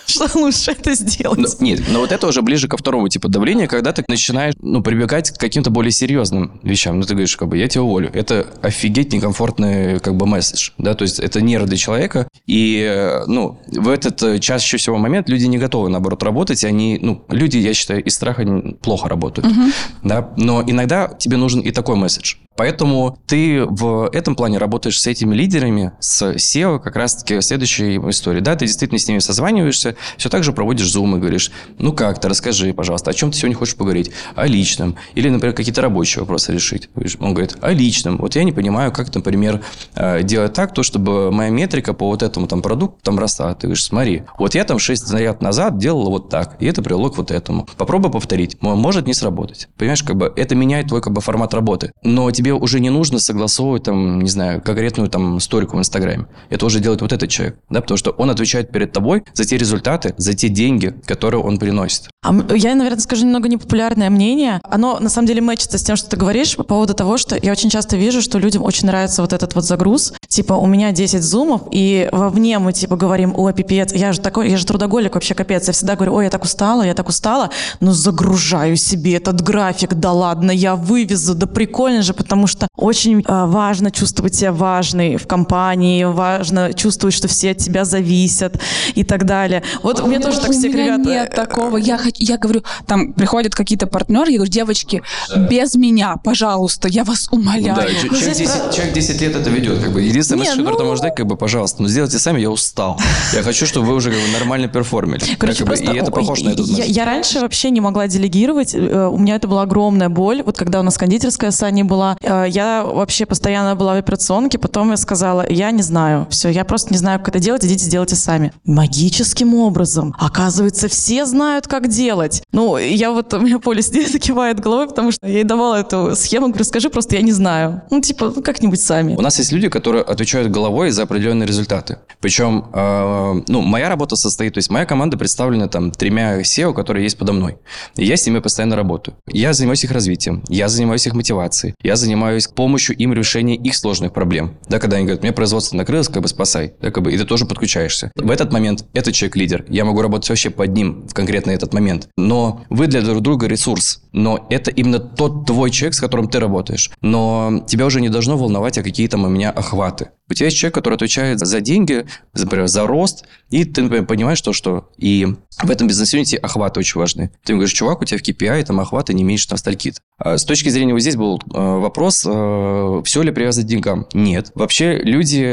что лучше это сделать. Но, нет, но вот это уже ближе ко второму типу давления, когда ты начинаешь, ну, прибегать к каким-то более серьезным вещам. Ну, ты говоришь, как бы, я тебя уволю. Это офигеть некомфортный, как бы, месседж, да, то есть это нерв для человека, и, ну, в этот чаще всего момент люди не готовы, наоборот, работать, и они, ну, люди, я считаю, из страха плохо работают, uh-huh. да, но иногда тебе нужен и такой месседж. Поэтому ты в этом плане работаешь с этими лидерами, с сео, как раз-таки следующей истории. Да, ты действительно с ними созваниваешься, все так же проводишь зум и говоришь, ну как ты, расскажи, пожалуйста, о чем ты сегодня хочешь поговорить? О личном. Или, например, какие-то рабочие вопросы решить. Он говорит, о личном. Вот я не понимаю, как, например, делать так, то, чтобы моя метрика по вот этому там продукту там росла. Ты говоришь, смотри, вот я там шесть лет назад делал вот так, и это привело к вот этому. Попробуй повторить. Может не сработать. Понимаешь, как бы это меняет твой как бы формат работы. Но тебе уже не нужно согласовывать там, не знаю, конкретную там сторику в Инстаграме. Это уже делает вот этот человек, да, потому что он отвечает перед тобой за те результаты, за те деньги, которые он приносит. А я, наверное, скажу немного непопулярное мнение. Оно, на самом деле, мэчится с тем, что ты говоришь по поводу того, что я очень часто вижу, что людям очень нравится вот этот вот загруз. Типа, у меня десять зумов, и вовне мы, типа, говорим, ой, пипец, я же такой, я же трудоголик вообще, капец. Я всегда говорю, ой, я так устала, я так устала, но загружаю себе этот график, да ладно, я вывезу, да прикольно же, потому что очень э, важно чувствовать себя важной в компании, важно чувствовать, что все от тебя зависят и так далее. Вот у меня тоже так все ребята... Нет такого. Я, хочу, я говорю, там приходят какие-то партнеры, я говорю, девочки, без меня, пожалуйста, я вас умоляю. Да, человек, десять, про... человек десять лет это ведет. Как бы. Единственное, месседж, ну... который ты можешь дать, как бы, пожалуйста, но сделайте сами, я устал. Я хочу, чтобы вы уже как бы, нормально перформили. Короче, как бы, просто... И это похоже на этот я, я раньше вообще не могла делегировать. У меня это была огромная боль. Вот когда у нас кондитерская с Аней была, я вообще постоянно была в операционке, потом я сказала, я не знаю, все, я просто не знаю, как это делать, идите делайте сами. Магическим образом. Оказывается, все знают, как делать. Ну, я вот, у меня Поля сидит, кивает головой, потому что я ей давала эту схему, говорю, скажи просто, я не знаю. Ну, типа, ну, как-нибудь сами. У нас есть люди, которые отвечают головой за определенные результаты. Причем, э, ну, моя работа состоит, то есть моя команда представлена там тремя сео, которые есть подо мной. И я с ними постоянно работаю. Я занимаюсь их развитием, я занимаюсь их мотивацией, я занимаюсь помощью им решения их сложных проблем. Да, когда они говорят, мне производство накрылось, как бы спасай. Да, как бы, и ты тоже подключаешься. В этот момент этот человек лидер. Я могу работать вообще под ним в конкретно этот момент. Но вы для друг друга ресурс. Но это именно тот твой человек, с которым ты работаешь. Но тебя уже не должно волновать, а какие там у меня охваты. У тебя есть человек, который отвечает за деньги, например, за рост, и ты, например, понимаешь то, что и в этом бизнес-юните охваты очень важны. Ты ему говоришь, чувак, у тебя в кей пи ай там охваты не меньше там сталькит. А с точки зрения вот здесь был вопрос, все ли привязано к деньгам? Нет. Вообще люди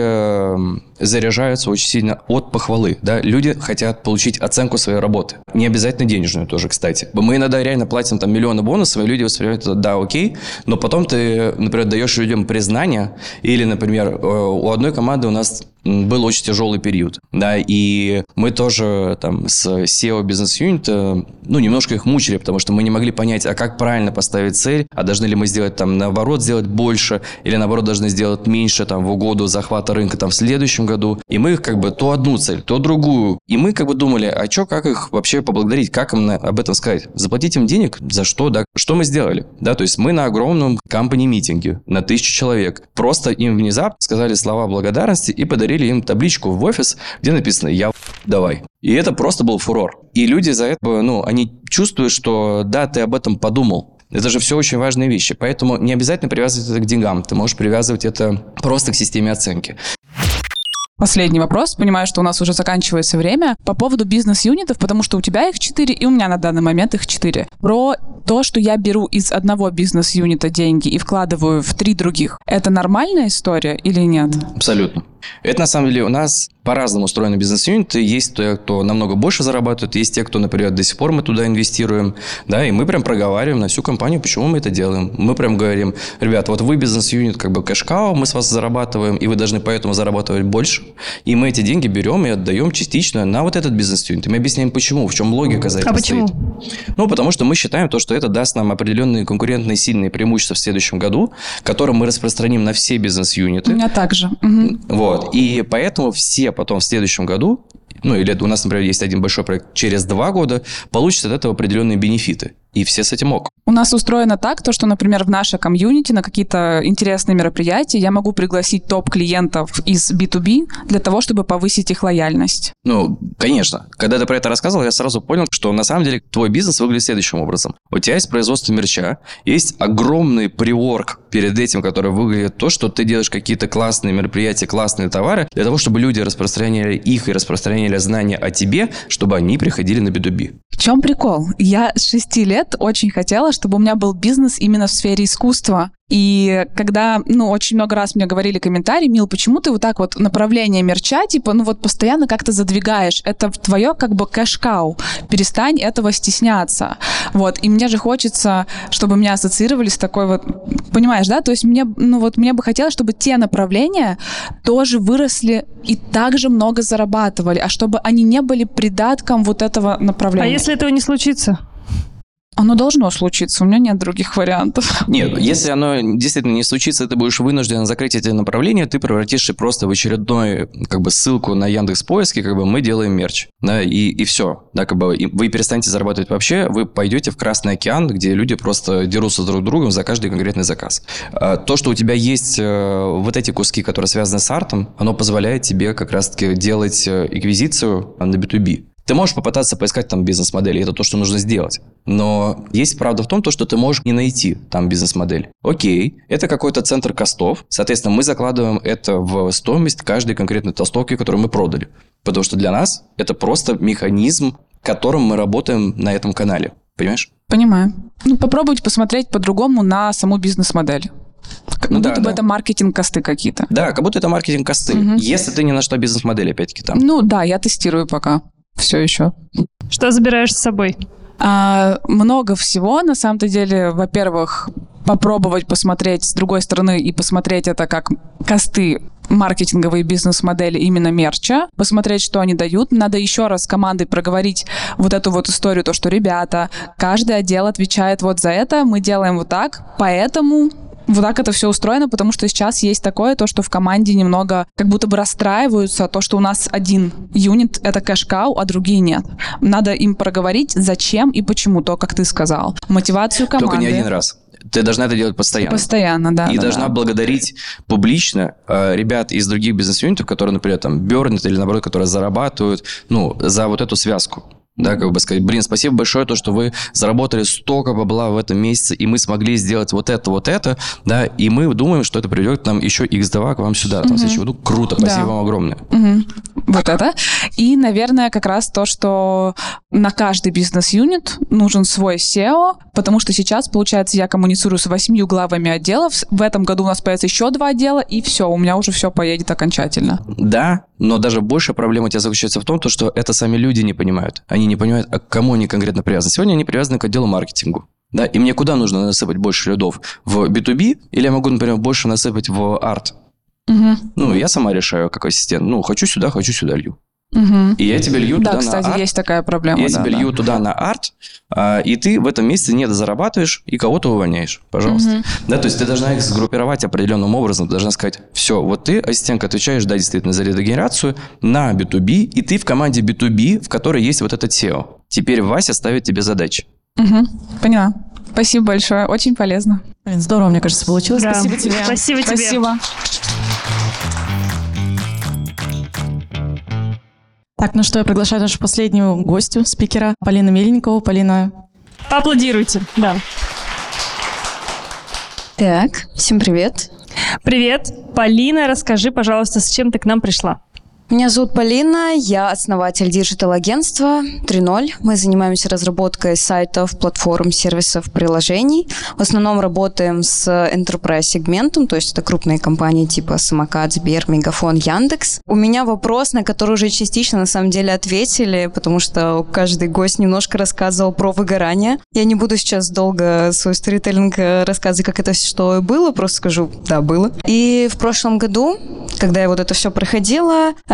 заряжаются очень сильно от похвалы. Да? Люди хотят получить оценку своей работы. Не обязательно денежную тоже, кстати. Мы иногда реально платим там миллионы бонусов, и люди воспринимают это, да, окей, но потом ты, например, даешь людям признание, или, например, у одной команды у нас был очень тяжелый период, да, и мы тоже там с сео бизнес-юнита, ну, немножко их мучили, потому что мы не могли понять, а как правильно поставить цель, а должны ли мы сделать там, наоборот, сделать больше, или, наоборот, должны сделать меньше там в угоду захвата рынка там в следующем году, и мы их как бы то одну цель, то другую, и мы как бы думали, а что, как их вообще поблагодарить, как им на, об этом сказать, заплатить им денег, за что, да, что мы сделали, да, то есть мы на огромном компани-митинге на тысячу человек, просто им внезапно сказали слова благодарности и подарили им табличку в офис, где написано «Я давай». И это просто был фурор. И люди за это, ну, они чувствуют, что да, ты об этом подумал. Это же все очень важные вещи. Поэтому не обязательно привязывать это к деньгам. Ты можешь привязывать это просто к системе оценки. Последний вопрос. Понимаю, что у нас уже заканчивается время. По поводу бизнес-юнитов, потому что у тебя их четыре, и у меня на данный момент их четыре. Про то, что я беру из одного бизнес-юнита деньги и вкладываю в три других. Это нормальная история или нет? Абсолютно. Это, на самом деле, у нас по-разному устроены бизнес-юниты. Есть те, кто намного больше зарабатывает, есть те, кто, например, до сих пор мы туда инвестируем. Да, и мы прям проговариваем на всю компанию, почему мы это делаем. Мы прям говорим, ребят, вот вы бизнес-юнит, как бы кэш-кау, мы с вас зарабатываем, и вы должны поэтому зарабатывать больше. И мы эти деньги берем и отдаем частично на вот этот бизнес-юнит. И мы объясняем, почему, в чем логика за этим а почему? стоит. Ну, потому что мы считаем то, что это даст нам определенные конкурентные сильные преимущества в следующем году, которые мы распространим на все бизнес-юниты. У меня также. Угу. Вот. И поэтому все потом в следующем году, ну, или у нас, например, есть один большой проект, через два года получат от этого определенные бенефиты. и все с этим ок. У нас устроено так, то, что, например, в нашей комьюнити на какие-то интересные мероприятия я могу пригласить топ-клиентов из би ту би для того, чтобы повысить их лояльность. Ну, конечно. Когда ты про это рассказывал, я сразу понял, что на самом деле твой бизнес выглядит следующим образом. У тебя есть производство мерча, есть огромный приворк перед этим, который выглядит то, что ты делаешь какие-то классные мероприятия, классные товары, для того, чтобы люди распространяли их и распространяли знания о тебе, чтобы они приходили на би ту би. В чем прикол? Я с шести лет очень хотела, чтобы у меня был бизнес именно в сфере искусства. И когда, ну, очень много раз мне говорили комментарии: Мил, почему ты вот так вот направление мерча, типа, ну вот постоянно как-то задвигаешь? Это твое как бы кэш-кау. Перестань этого стесняться. Вот. И мне же хочется, чтобы меня ассоциировали с такой вот, понимаешь, да? То есть мне, ну вот мне бы хотелось, чтобы те направления тоже выросли и также много зарабатывали, а чтобы они не были придатком вот этого направления. А если этого не случится? Оно должно случиться, у меня нет других вариантов. Нет, если оно действительно не случится, ты будешь вынужден закрыть эти направления, ты превратишься просто в очередную как бы ссылку на Яндекс.Поиске, как бы мы делаем мерч, да, и, и все. Да, как бы и вы перестанете зарабатывать вообще, вы пойдете в Красный океан, где люди просто дерутся друг с другом за каждый конкретный заказ. То, что у тебя есть вот эти куски, которые связаны с артом, оно позволяет тебе как раз-таки делать эквизицию на би ту би. Ты можешь попытаться поискать там бизнес-модели, это то, что нужно сделать. Но есть правда в том, что ты можешь не найти там бизнес-модель. Окей, это какой-то центр костов. Соответственно, мы закладываем это в стоимость каждой конкретной толстовки, которую мы продали. Потому что для нас это просто механизм, которым мы работаем на этом канале. Понимаешь? Понимаю. Ну, попробуйте посмотреть по-другому на саму бизнес-модель. Как Ну, будто да, бы да. это маркетинг-косты какие-то. Да, как будто это маркетинг-косты. Мгм. Если ты не нашла бизнес-модель, опять-таки, там. Ну да, я тестирую пока. Все еще. Что забираешь с собой? А, много всего, на самом-то деле. Во-первых, попробовать посмотреть с другой стороны и посмотреть это как косты, маркетинговые бизнес-модели именно мерча, посмотреть, что они дают. Надо еще раз с командой проговорить вот эту вот историю, то, что, ребята, каждый отдел отвечает вот за это, мы делаем вот так, поэтому... Вот так это все устроено, потому что сейчас есть такое, то, что в команде немного как будто бы расстраиваются, то, что у нас один юнит — это кэш-кау, а другие нет. Надо им проговорить, зачем и почему, то, как ты сказал. Мотивацию команды. Только не один раз. Ты должна это делать постоянно. Постоянно, да. И да, должна да. благодарить публично э, ребят из других бизнес-юнитов, которые, например, там, Бёрнет или, наоборот, которые зарабатывают, ну, за вот эту связку. Да, как бы сказать, блин, спасибо большое, то, что вы заработали столько бабла в этом месяце, и мы смогли сделать вот это, вот это, да, и мы думаем, что это приведет нам еще икс два к вам сюда. Там, mm-hmm. Ну, круто, спасибо Да. вам огромное. Угу. Вот это. И, наверное, как раз то, что на каждый бизнес-юнит нужен свой сео, потому что сейчас, получается, я коммуницирую с восьмью главами отделов. В этом году у нас появится еще два отдела, и все, у меня уже все поедет окончательно. Да, но даже большая проблема у тебя заключается в том, то, что это сами люди не понимают. Они не понимают, а к кому они конкретно привязаны. Сегодня они привязаны к отделу маркетингу. Да, и мне куда нужно насыпать больше лидов? В би ту би или я могу, например, больше насыпать в арт? Угу. Ну, я сама решаю, как ассистент. Ну, хочу сюда, хочу сюда лью. Угу. И я тебе лью Да, туда кстати, на арт. есть такая проблема. Я да, тебе да. лью туда на арт, а, и ты в этом месяце не дозарабатываешь и кого-то увольняешь, пожалуйста. Мгм. Да, то есть ты должна их сгруппировать определенным образом, ты должна сказать, все, вот ты, ассистентка, отвечаешь, да, действительно, за лидогенерацию на би ту би, и ты в команде би ту би, в которой есть вот этот сео. Теперь Вася ставит тебе задачи. Угу. Поняла. Спасибо большое, очень полезно. Блин, здорово, мне кажется, получилось. Да. Спасибо тебе. Спасибо тебе. Спасибо. Так, ну что, я приглашаю нашу последнюю гостью, спикера, Полину Мельникову. Полина, Поаплодируйте. Да. Так, всем привет. Привет. Полина, расскажи, пожалуйста, с чем ты к нам пришла? Меня зовут Полина, я основатель диджитал-агентства три ноль. Мы занимаемся разработкой сайтов, платформ, сервисов, приложений. В основном работаем с enterprise-сегментом, то есть это крупные компании типа Самокат, Сбер, Мегафон, Яндекс. У меня вопрос, на который уже частично на самом деле ответили, потому что каждый гость немножко рассказывал про выгорание. Я не буду сейчас долго свой сторителлинг рассказывать, как это что было, просто скажу, да, было. И в прошлом году, когда я вот это все проходила,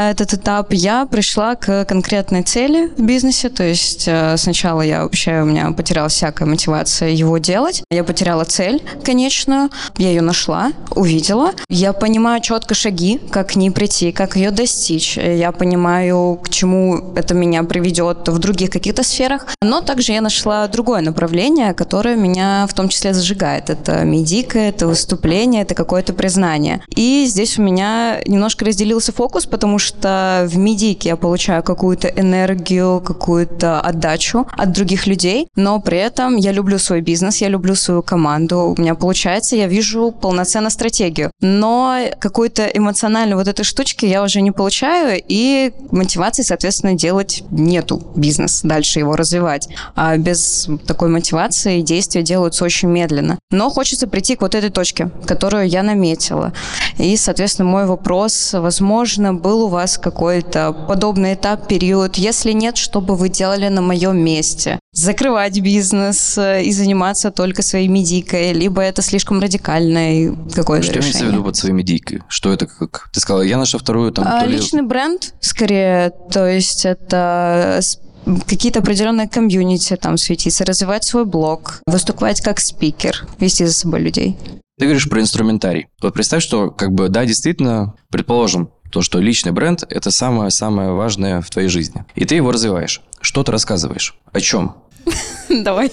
этот этап, я пришла к конкретной цели в бизнесе. То есть э, сначала я вообще, у меня потерялась всякая мотивация его делать. Я потеряла цель конечную, я ее нашла, увидела. Я понимаю четко шаги, как к ней прийти, как ее достичь. Я понимаю, к чему это меня приведет в других каких-то сферах. Но также я нашла другое направление, которое меня в том числе зажигает. Это медийка, это выступление, это какое-то признание. И здесь у меня немножко разделился фокус, потому что в медийке я получаю какую-то энергию, какую-то отдачу от других людей, но при этом я люблю свой бизнес, я люблю свою команду. У меня получается, я вижу полноценно стратегию. Но какой-то эмоциональной вот этой штучки я уже не получаю, и мотивации, соответственно, делать нету бизнес, дальше его развивать. А без такой мотивации действия делаются очень медленно. Но хочется прийти к вот этой точке, которую я наметила. И, соответственно, мой вопрос, возможно, был у вас какой-то подобный этап, период? Если нет, что бы вы делали на моем месте? Закрывать бизнес и заниматься только своей медийкой, либо это слишком радикальное какое-то Что решение? имеется в виду под своей медийкой? Что это как? Ты сказала, я нашла вторую там... А, то ли... Личный бренд, скорее, то есть это какие-то определенные комьюнити там светиться, развивать свой блог, выступать как спикер, вести за собой людей. Ты говоришь про инструментарий. Вот представь, что, как бы, да, действительно, предположим, то, что личный бренд – это самое-самое важное в твоей жизни. И ты его развиваешь. Что ты рассказываешь? О чем? Давай.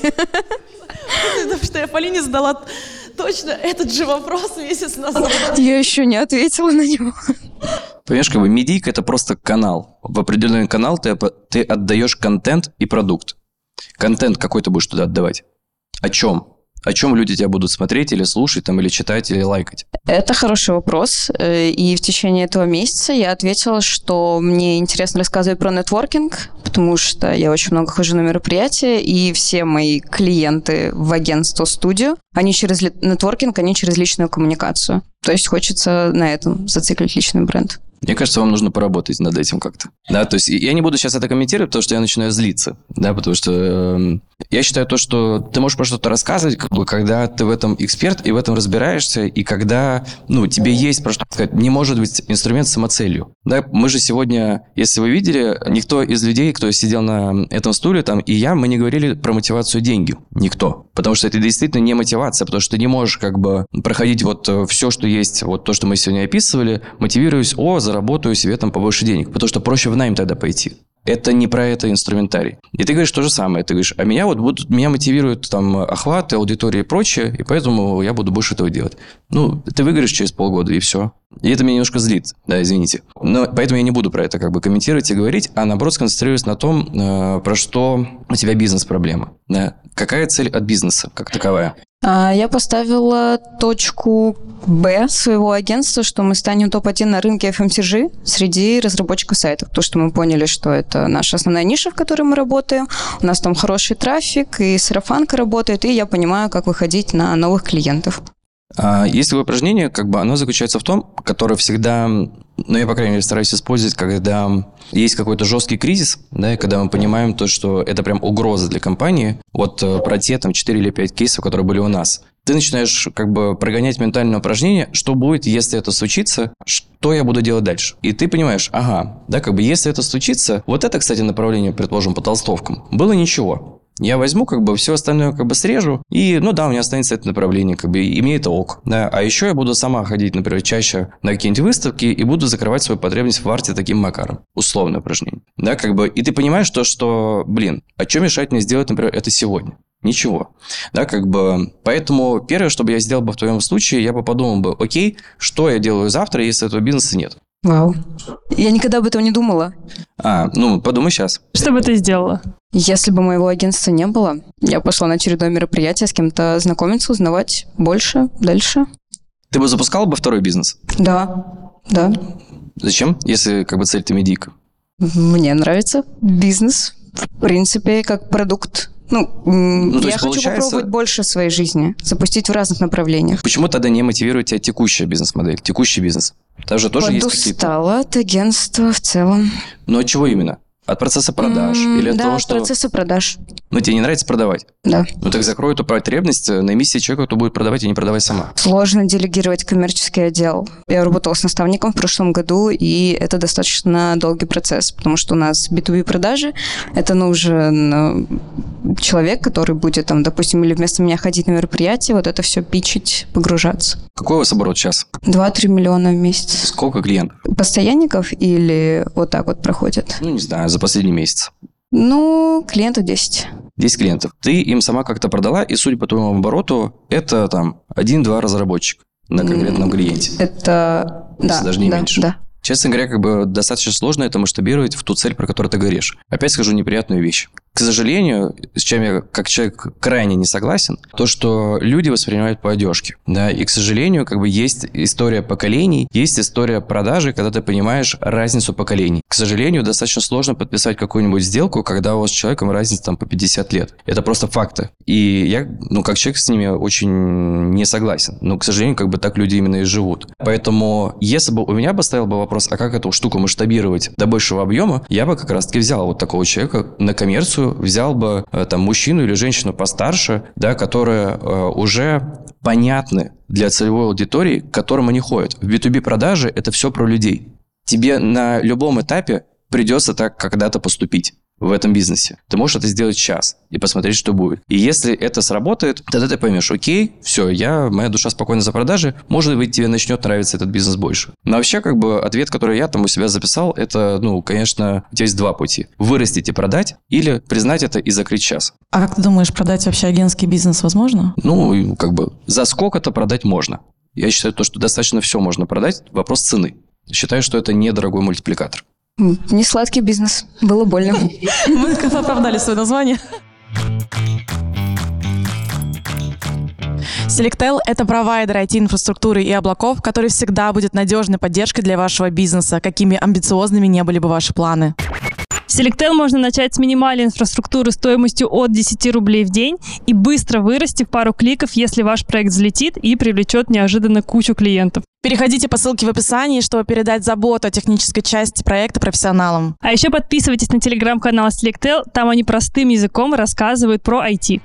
Потому что я Полине задала точно этот же вопрос месяц назад. Я еще не ответила на него. Понимаешь, как бы медийка – это просто канал. В определенный канал ты, ты отдаешь контент и продукт. Контент какой ты будешь туда отдавать? О чем? О чем люди тебя будут смотреть или слушать, там, или читать, или лайкать? Это хороший вопрос. И в течение этого месяца я ответила, что мне интересно рассказывать про нетворкинг, потому что я очень много хожу на мероприятия, и все мои клиенты в агентство студию, они через нетворкинг, они через личную коммуникацию. То есть хочется на этом зациклить личный бренд. Мне кажется, вам нужно поработать над этим как-то. Да, то есть я не буду сейчас это комментировать, потому что я начинаю злиться. Да, потому что э, я считаю то, что ты можешь про что-то рассказывать, как бы, когда ты в этом эксперт и в этом разбираешься, и когда, ну, тебе есть про что сказать. Не может быть инструмент с самоцелью. Да, мы же сегодня, если вы видели, никто из людей, кто сидел на этом стуле, там, и я, мы не говорили про мотивацию деньги. Никто. Потому что это действительно не мотивация, потому что ты не можешь как бы проходить вот все, что есть, вот то, что мы сегодня описывали, мотивируясь, о, заработаю себе там побольше денег, потому что проще в найм тогда пойти. Это не про это инструментарий. И ты говоришь то же самое. Ты говоришь, а меня вот будут, меня мотивируют там охваты, аудитория и прочее, и поэтому я буду больше этого делать. Ну, ты выиграешь через полгода, и все. И это меня немножко злит, да, извините. Но поэтому я не буду про это как бы комментировать и говорить, а наоборот сконцентрируюсь на том, э, про что у тебя бизнес-проблема. Да? Какая цель от бизнеса как таковая? Я поставила точку Б своего агентства, что мы станем топ один на рынке эф эм си джи среди разработчиков сайтов. То, что мы поняли, что это наша основная ниша, в которой мы работаем. У нас там хороший трафик, и сарафанка работает, и я понимаю, как выходить на новых клиентов. Есть такое упражнение, как бы оно заключается в том, которое всегда, ну, я, по крайней мере, стараюсь использовать, когда есть какой-то жесткий кризис, да, и когда мы понимаем то, что это прям угроза для компании, вот про те там четыре или пять кейсов, которые были у нас. Ты начинаешь как бы прогонять ментальное упражнение, что будет, если это случится, что я буду делать дальше. И ты понимаешь, ага, да, как бы если это случится, вот это, кстати, направление, предположим, по толстовкам, было ничего. Я возьму, как бы, все остальное, как бы, срежу, и, ну, да, у меня останется это направление, как бы, и мне это ок, да. А еще я буду сама ходить, например, чаще на какие-нибудь выставки и буду закрывать свою потребность в арте таким макаром. Условное упражнение, да, как бы, и ты понимаешь то, что, блин, а что мешает мне сделать, например, это сегодня? Ничего, да, как бы, поэтому первое, что бы я сделал бы в твоем случае, я бы подумал бы, окей, что я делаю завтра, если этого бизнеса нет? Вау. Я никогда об этом не думала. А, ну, подумай сейчас. Что бы ты сделала? Если бы моего агентства не было, я пошла на очередное мероприятие, с кем-то знакомиться, узнавать больше, дальше. Ты бы запускал бы второй бизнес? Да, да. Зачем, если, как бы, цель-то медийка? Мне нравится бизнес, в принципе, как продукт. Ну, ну я хочу получается... попробовать больше в своей жизни, запустить в разных направлениях. Почему тогда не мотивирует тебя текущая бизнес-модель, текущий бизнес? Там же тоже есть какие-то... Подустала от агентства в целом. Ну, от чего именно? От процесса продаж? М, Или от да, того, от что... процесса продаж. Ну, тебе не нравится продавать? Да. Ну, так закрой эту потребность, найми себе человека, кто будет продавать, и не продавай сама. Сложно делегировать коммерческий отдел. Я работала с наставником в прошлом году, и это достаточно долгий процесс, потому что у нас би ту би продажи, это нужен человек, который будет, там, допустим, или вместо меня ходить на мероприятие, вот это все питчить, погружаться. Какой у вас оборот сейчас? два-три миллиона в месяц. Сколько клиентов? Постоянников или вот так вот проходят? Ну, не знаю, за последний месяц. Ну, клиентов десять. десять клиентов. Ты им сама как-то продала, и, судя по твоему обороту, это там один-два разработчика на конкретном клиенте. Это... Если Да, даже не да, меньше. да. Честно говоря, как бы достаточно сложно это масштабировать в ту цель, про которую ты говоришь. Опять скажу неприятную вещь. К сожалению, с чем я как человек крайне не согласен, то, что люди воспринимают по одежке. Да? И, к сожалению, как бы есть история поколений, есть история продажи, когда ты понимаешь разницу поколений. К сожалению, достаточно сложно подписать какую-нибудь сделку, когда у вас с человеком разница там по пятьдесят лет. Это просто факты. И я, ну, как человек с ними очень не согласен. Но, к сожалению, как бы так люди именно и живут. Поэтому, если бы у меня бы стоял бы вопрос, а как эту штуку масштабировать до большего объема, я бы как раз-таки взял вот такого человека на коммерцию, взял бы там мужчину или женщину постарше, да, которые э, уже понятны для целевой аудитории, к которым они ходят. В би ту би продаже это все про людей. Тебе на любом этапе придется так когда-то поступить в этом бизнесе. Ты можешь это сделать сейчас и посмотреть, что будет. И если это сработает, тогда ты поймешь, окей, все, я, моя душа спокойна за продажи, может быть, тебе начнет нравиться этот бизнес больше. Но вообще, как бы, ответ, который я там у себя записал, это, ну, конечно, у тебя есть два пути. Вырастить и продать, или признать это и закрыть сейчас. А как ты думаешь, продать вообще агентский бизнес возможно? Ну, и, как бы, за сколько-то продать можно. Я считаю, то, что достаточно все можно продать, вопрос цены. Считаю, что это недорогой мультипликатор. Не сладкий бизнес. Было больно. Мы оправдали свое название. Selectel — это провайдер ай ти-инфраструктуры и облаков, который всегда будет надежной поддержкой для вашего бизнеса, какими амбициозными не были бы ваши планы. Selectel можно начать с минимальной инфраструктуры стоимостью от десяти рублей в день и быстро вырасти в пару кликов, если ваш проект взлетит и привлечет неожиданно кучу клиентов. Переходите по ссылке в описании, чтобы передать заботу о технической части проекта профессионалам. А еще подписывайтесь на телеграм-канал Selectel, там они простым языком рассказывают про ай ти.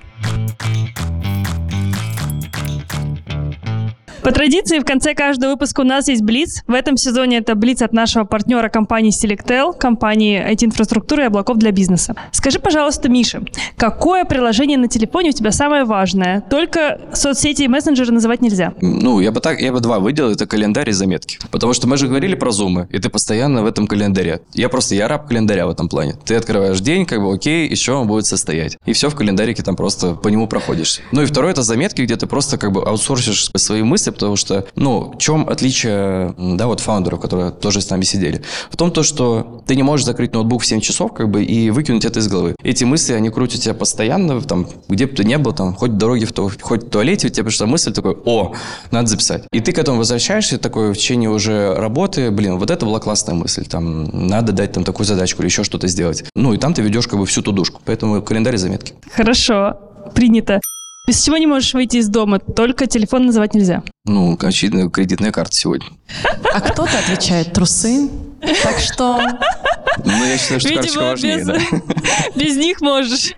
По традиции, в конце каждого выпуска у нас есть Блиц. В этом сезоне это Блиц от нашего партнера компании Selectel, компании ай ти-инфраструктуры и облаков для бизнеса. Скажи, пожалуйста, Миша, какое приложение на телефоне у тебя самое важное? Только соцсети и мессенджеры называть нельзя. Ну, я бы так, я бы два выделил, это календарь и заметки. Потому что мы же говорили про зумы, и ты постоянно в этом календаре. Я просто, я раб календаря в этом плане. Ты открываешь день, как бы, окей, из чего он будет состоять. И все в календарике там просто по нему проходишь. Ну и второе, это заметки, где ты просто как бы аутсорсишь свои мысли, потому что, ну, в чем отличие, да, вот фаундеров, которые тоже с нами сидели? В том, то, что ты не можешь закрыть ноутбук в семь часов, как бы, и выкинуть это из головы. Эти мысли, они крутят тебя постоянно, там, где бы ты ни был, там, хоть в дороге, в ту, хоть в туалете, у тебя пришла мысль такой, о, надо записать. И ты к этому возвращаешься, такой, в течение уже работы, блин, вот это была классная мысль, там, надо дать там такую задачку или еще что-то сделать. Ну, и там ты ведешь, как бы, всю тудушку. Поэтому календарь и заметки. Хорошо, принято. Без чего не можешь выйти из дома? Только телефон называть нельзя. Ну, очевидно, кредитная карта сегодня. А кто-то отвечает трусы. Так что... Ну, я считаю, что Видимо, карточка важнее, без... да. Без них можешь.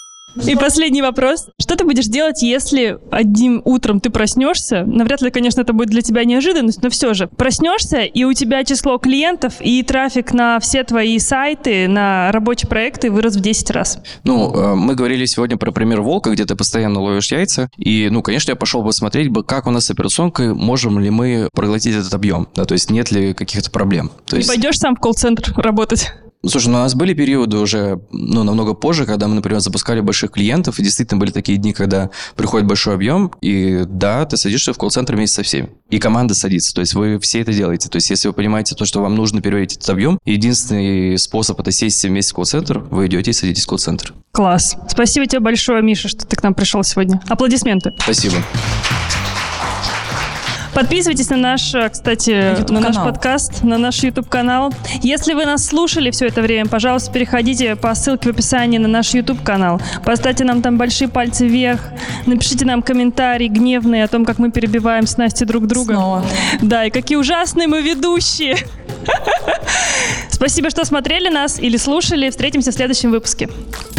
И последний вопрос. Что ты будешь делать, если одним утром ты проснешься? Навряд ли, конечно, это будет для тебя неожиданность, но все же. Проснешься, и у тебя число клиентов и трафик на все твои сайты, на рабочие проекты вырос в десять раз. Ну, мы говорили сегодня про пример волка, где ты постоянно ловишь яйца. И, ну, конечно, я пошел бы смотреть, бы, как у нас с операционкой, можем ли мы проглотить этот объем. Да, то есть нет ли каких-то проблем. То Не есть... пойдешь сам в колл-центр работать? Слушай, ну, у нас были периоды уже, ну, намного позже, когда мы, например, запускали больших клиентов, и действительно были такие дни, когда приходит большой объем, и да, ты садишься в колл-центр вместе со всеми. И команда садится, то есть вы все это делаете. То есть если вы понимаете то, что вам нужно переварить этот объем, единственный способ это сесть вместе в колл-центр, вы идете и садитесь в колл-центр. Класс. Спасибо тебе большое, Миша, что ты к нам пришел сегодня. Аплодисменты. Спасибо. Подписывайтесь на наш, кстати, на наш подкаст, на наш YouTube-канал. Если вы нас слушали все это время, пожалуйста, переходите по ссылке в описании на наш YouTube-канал. Поставьте нам там большие пальцы вверх. Напишите нам комментарий гневный о том, как мы перебиваем с Настей друг друга. Снова. Да, и какие ужасные мы ведущие. Спасибо, что смотрели нас или слушали. Встретимся в следующем выпуске.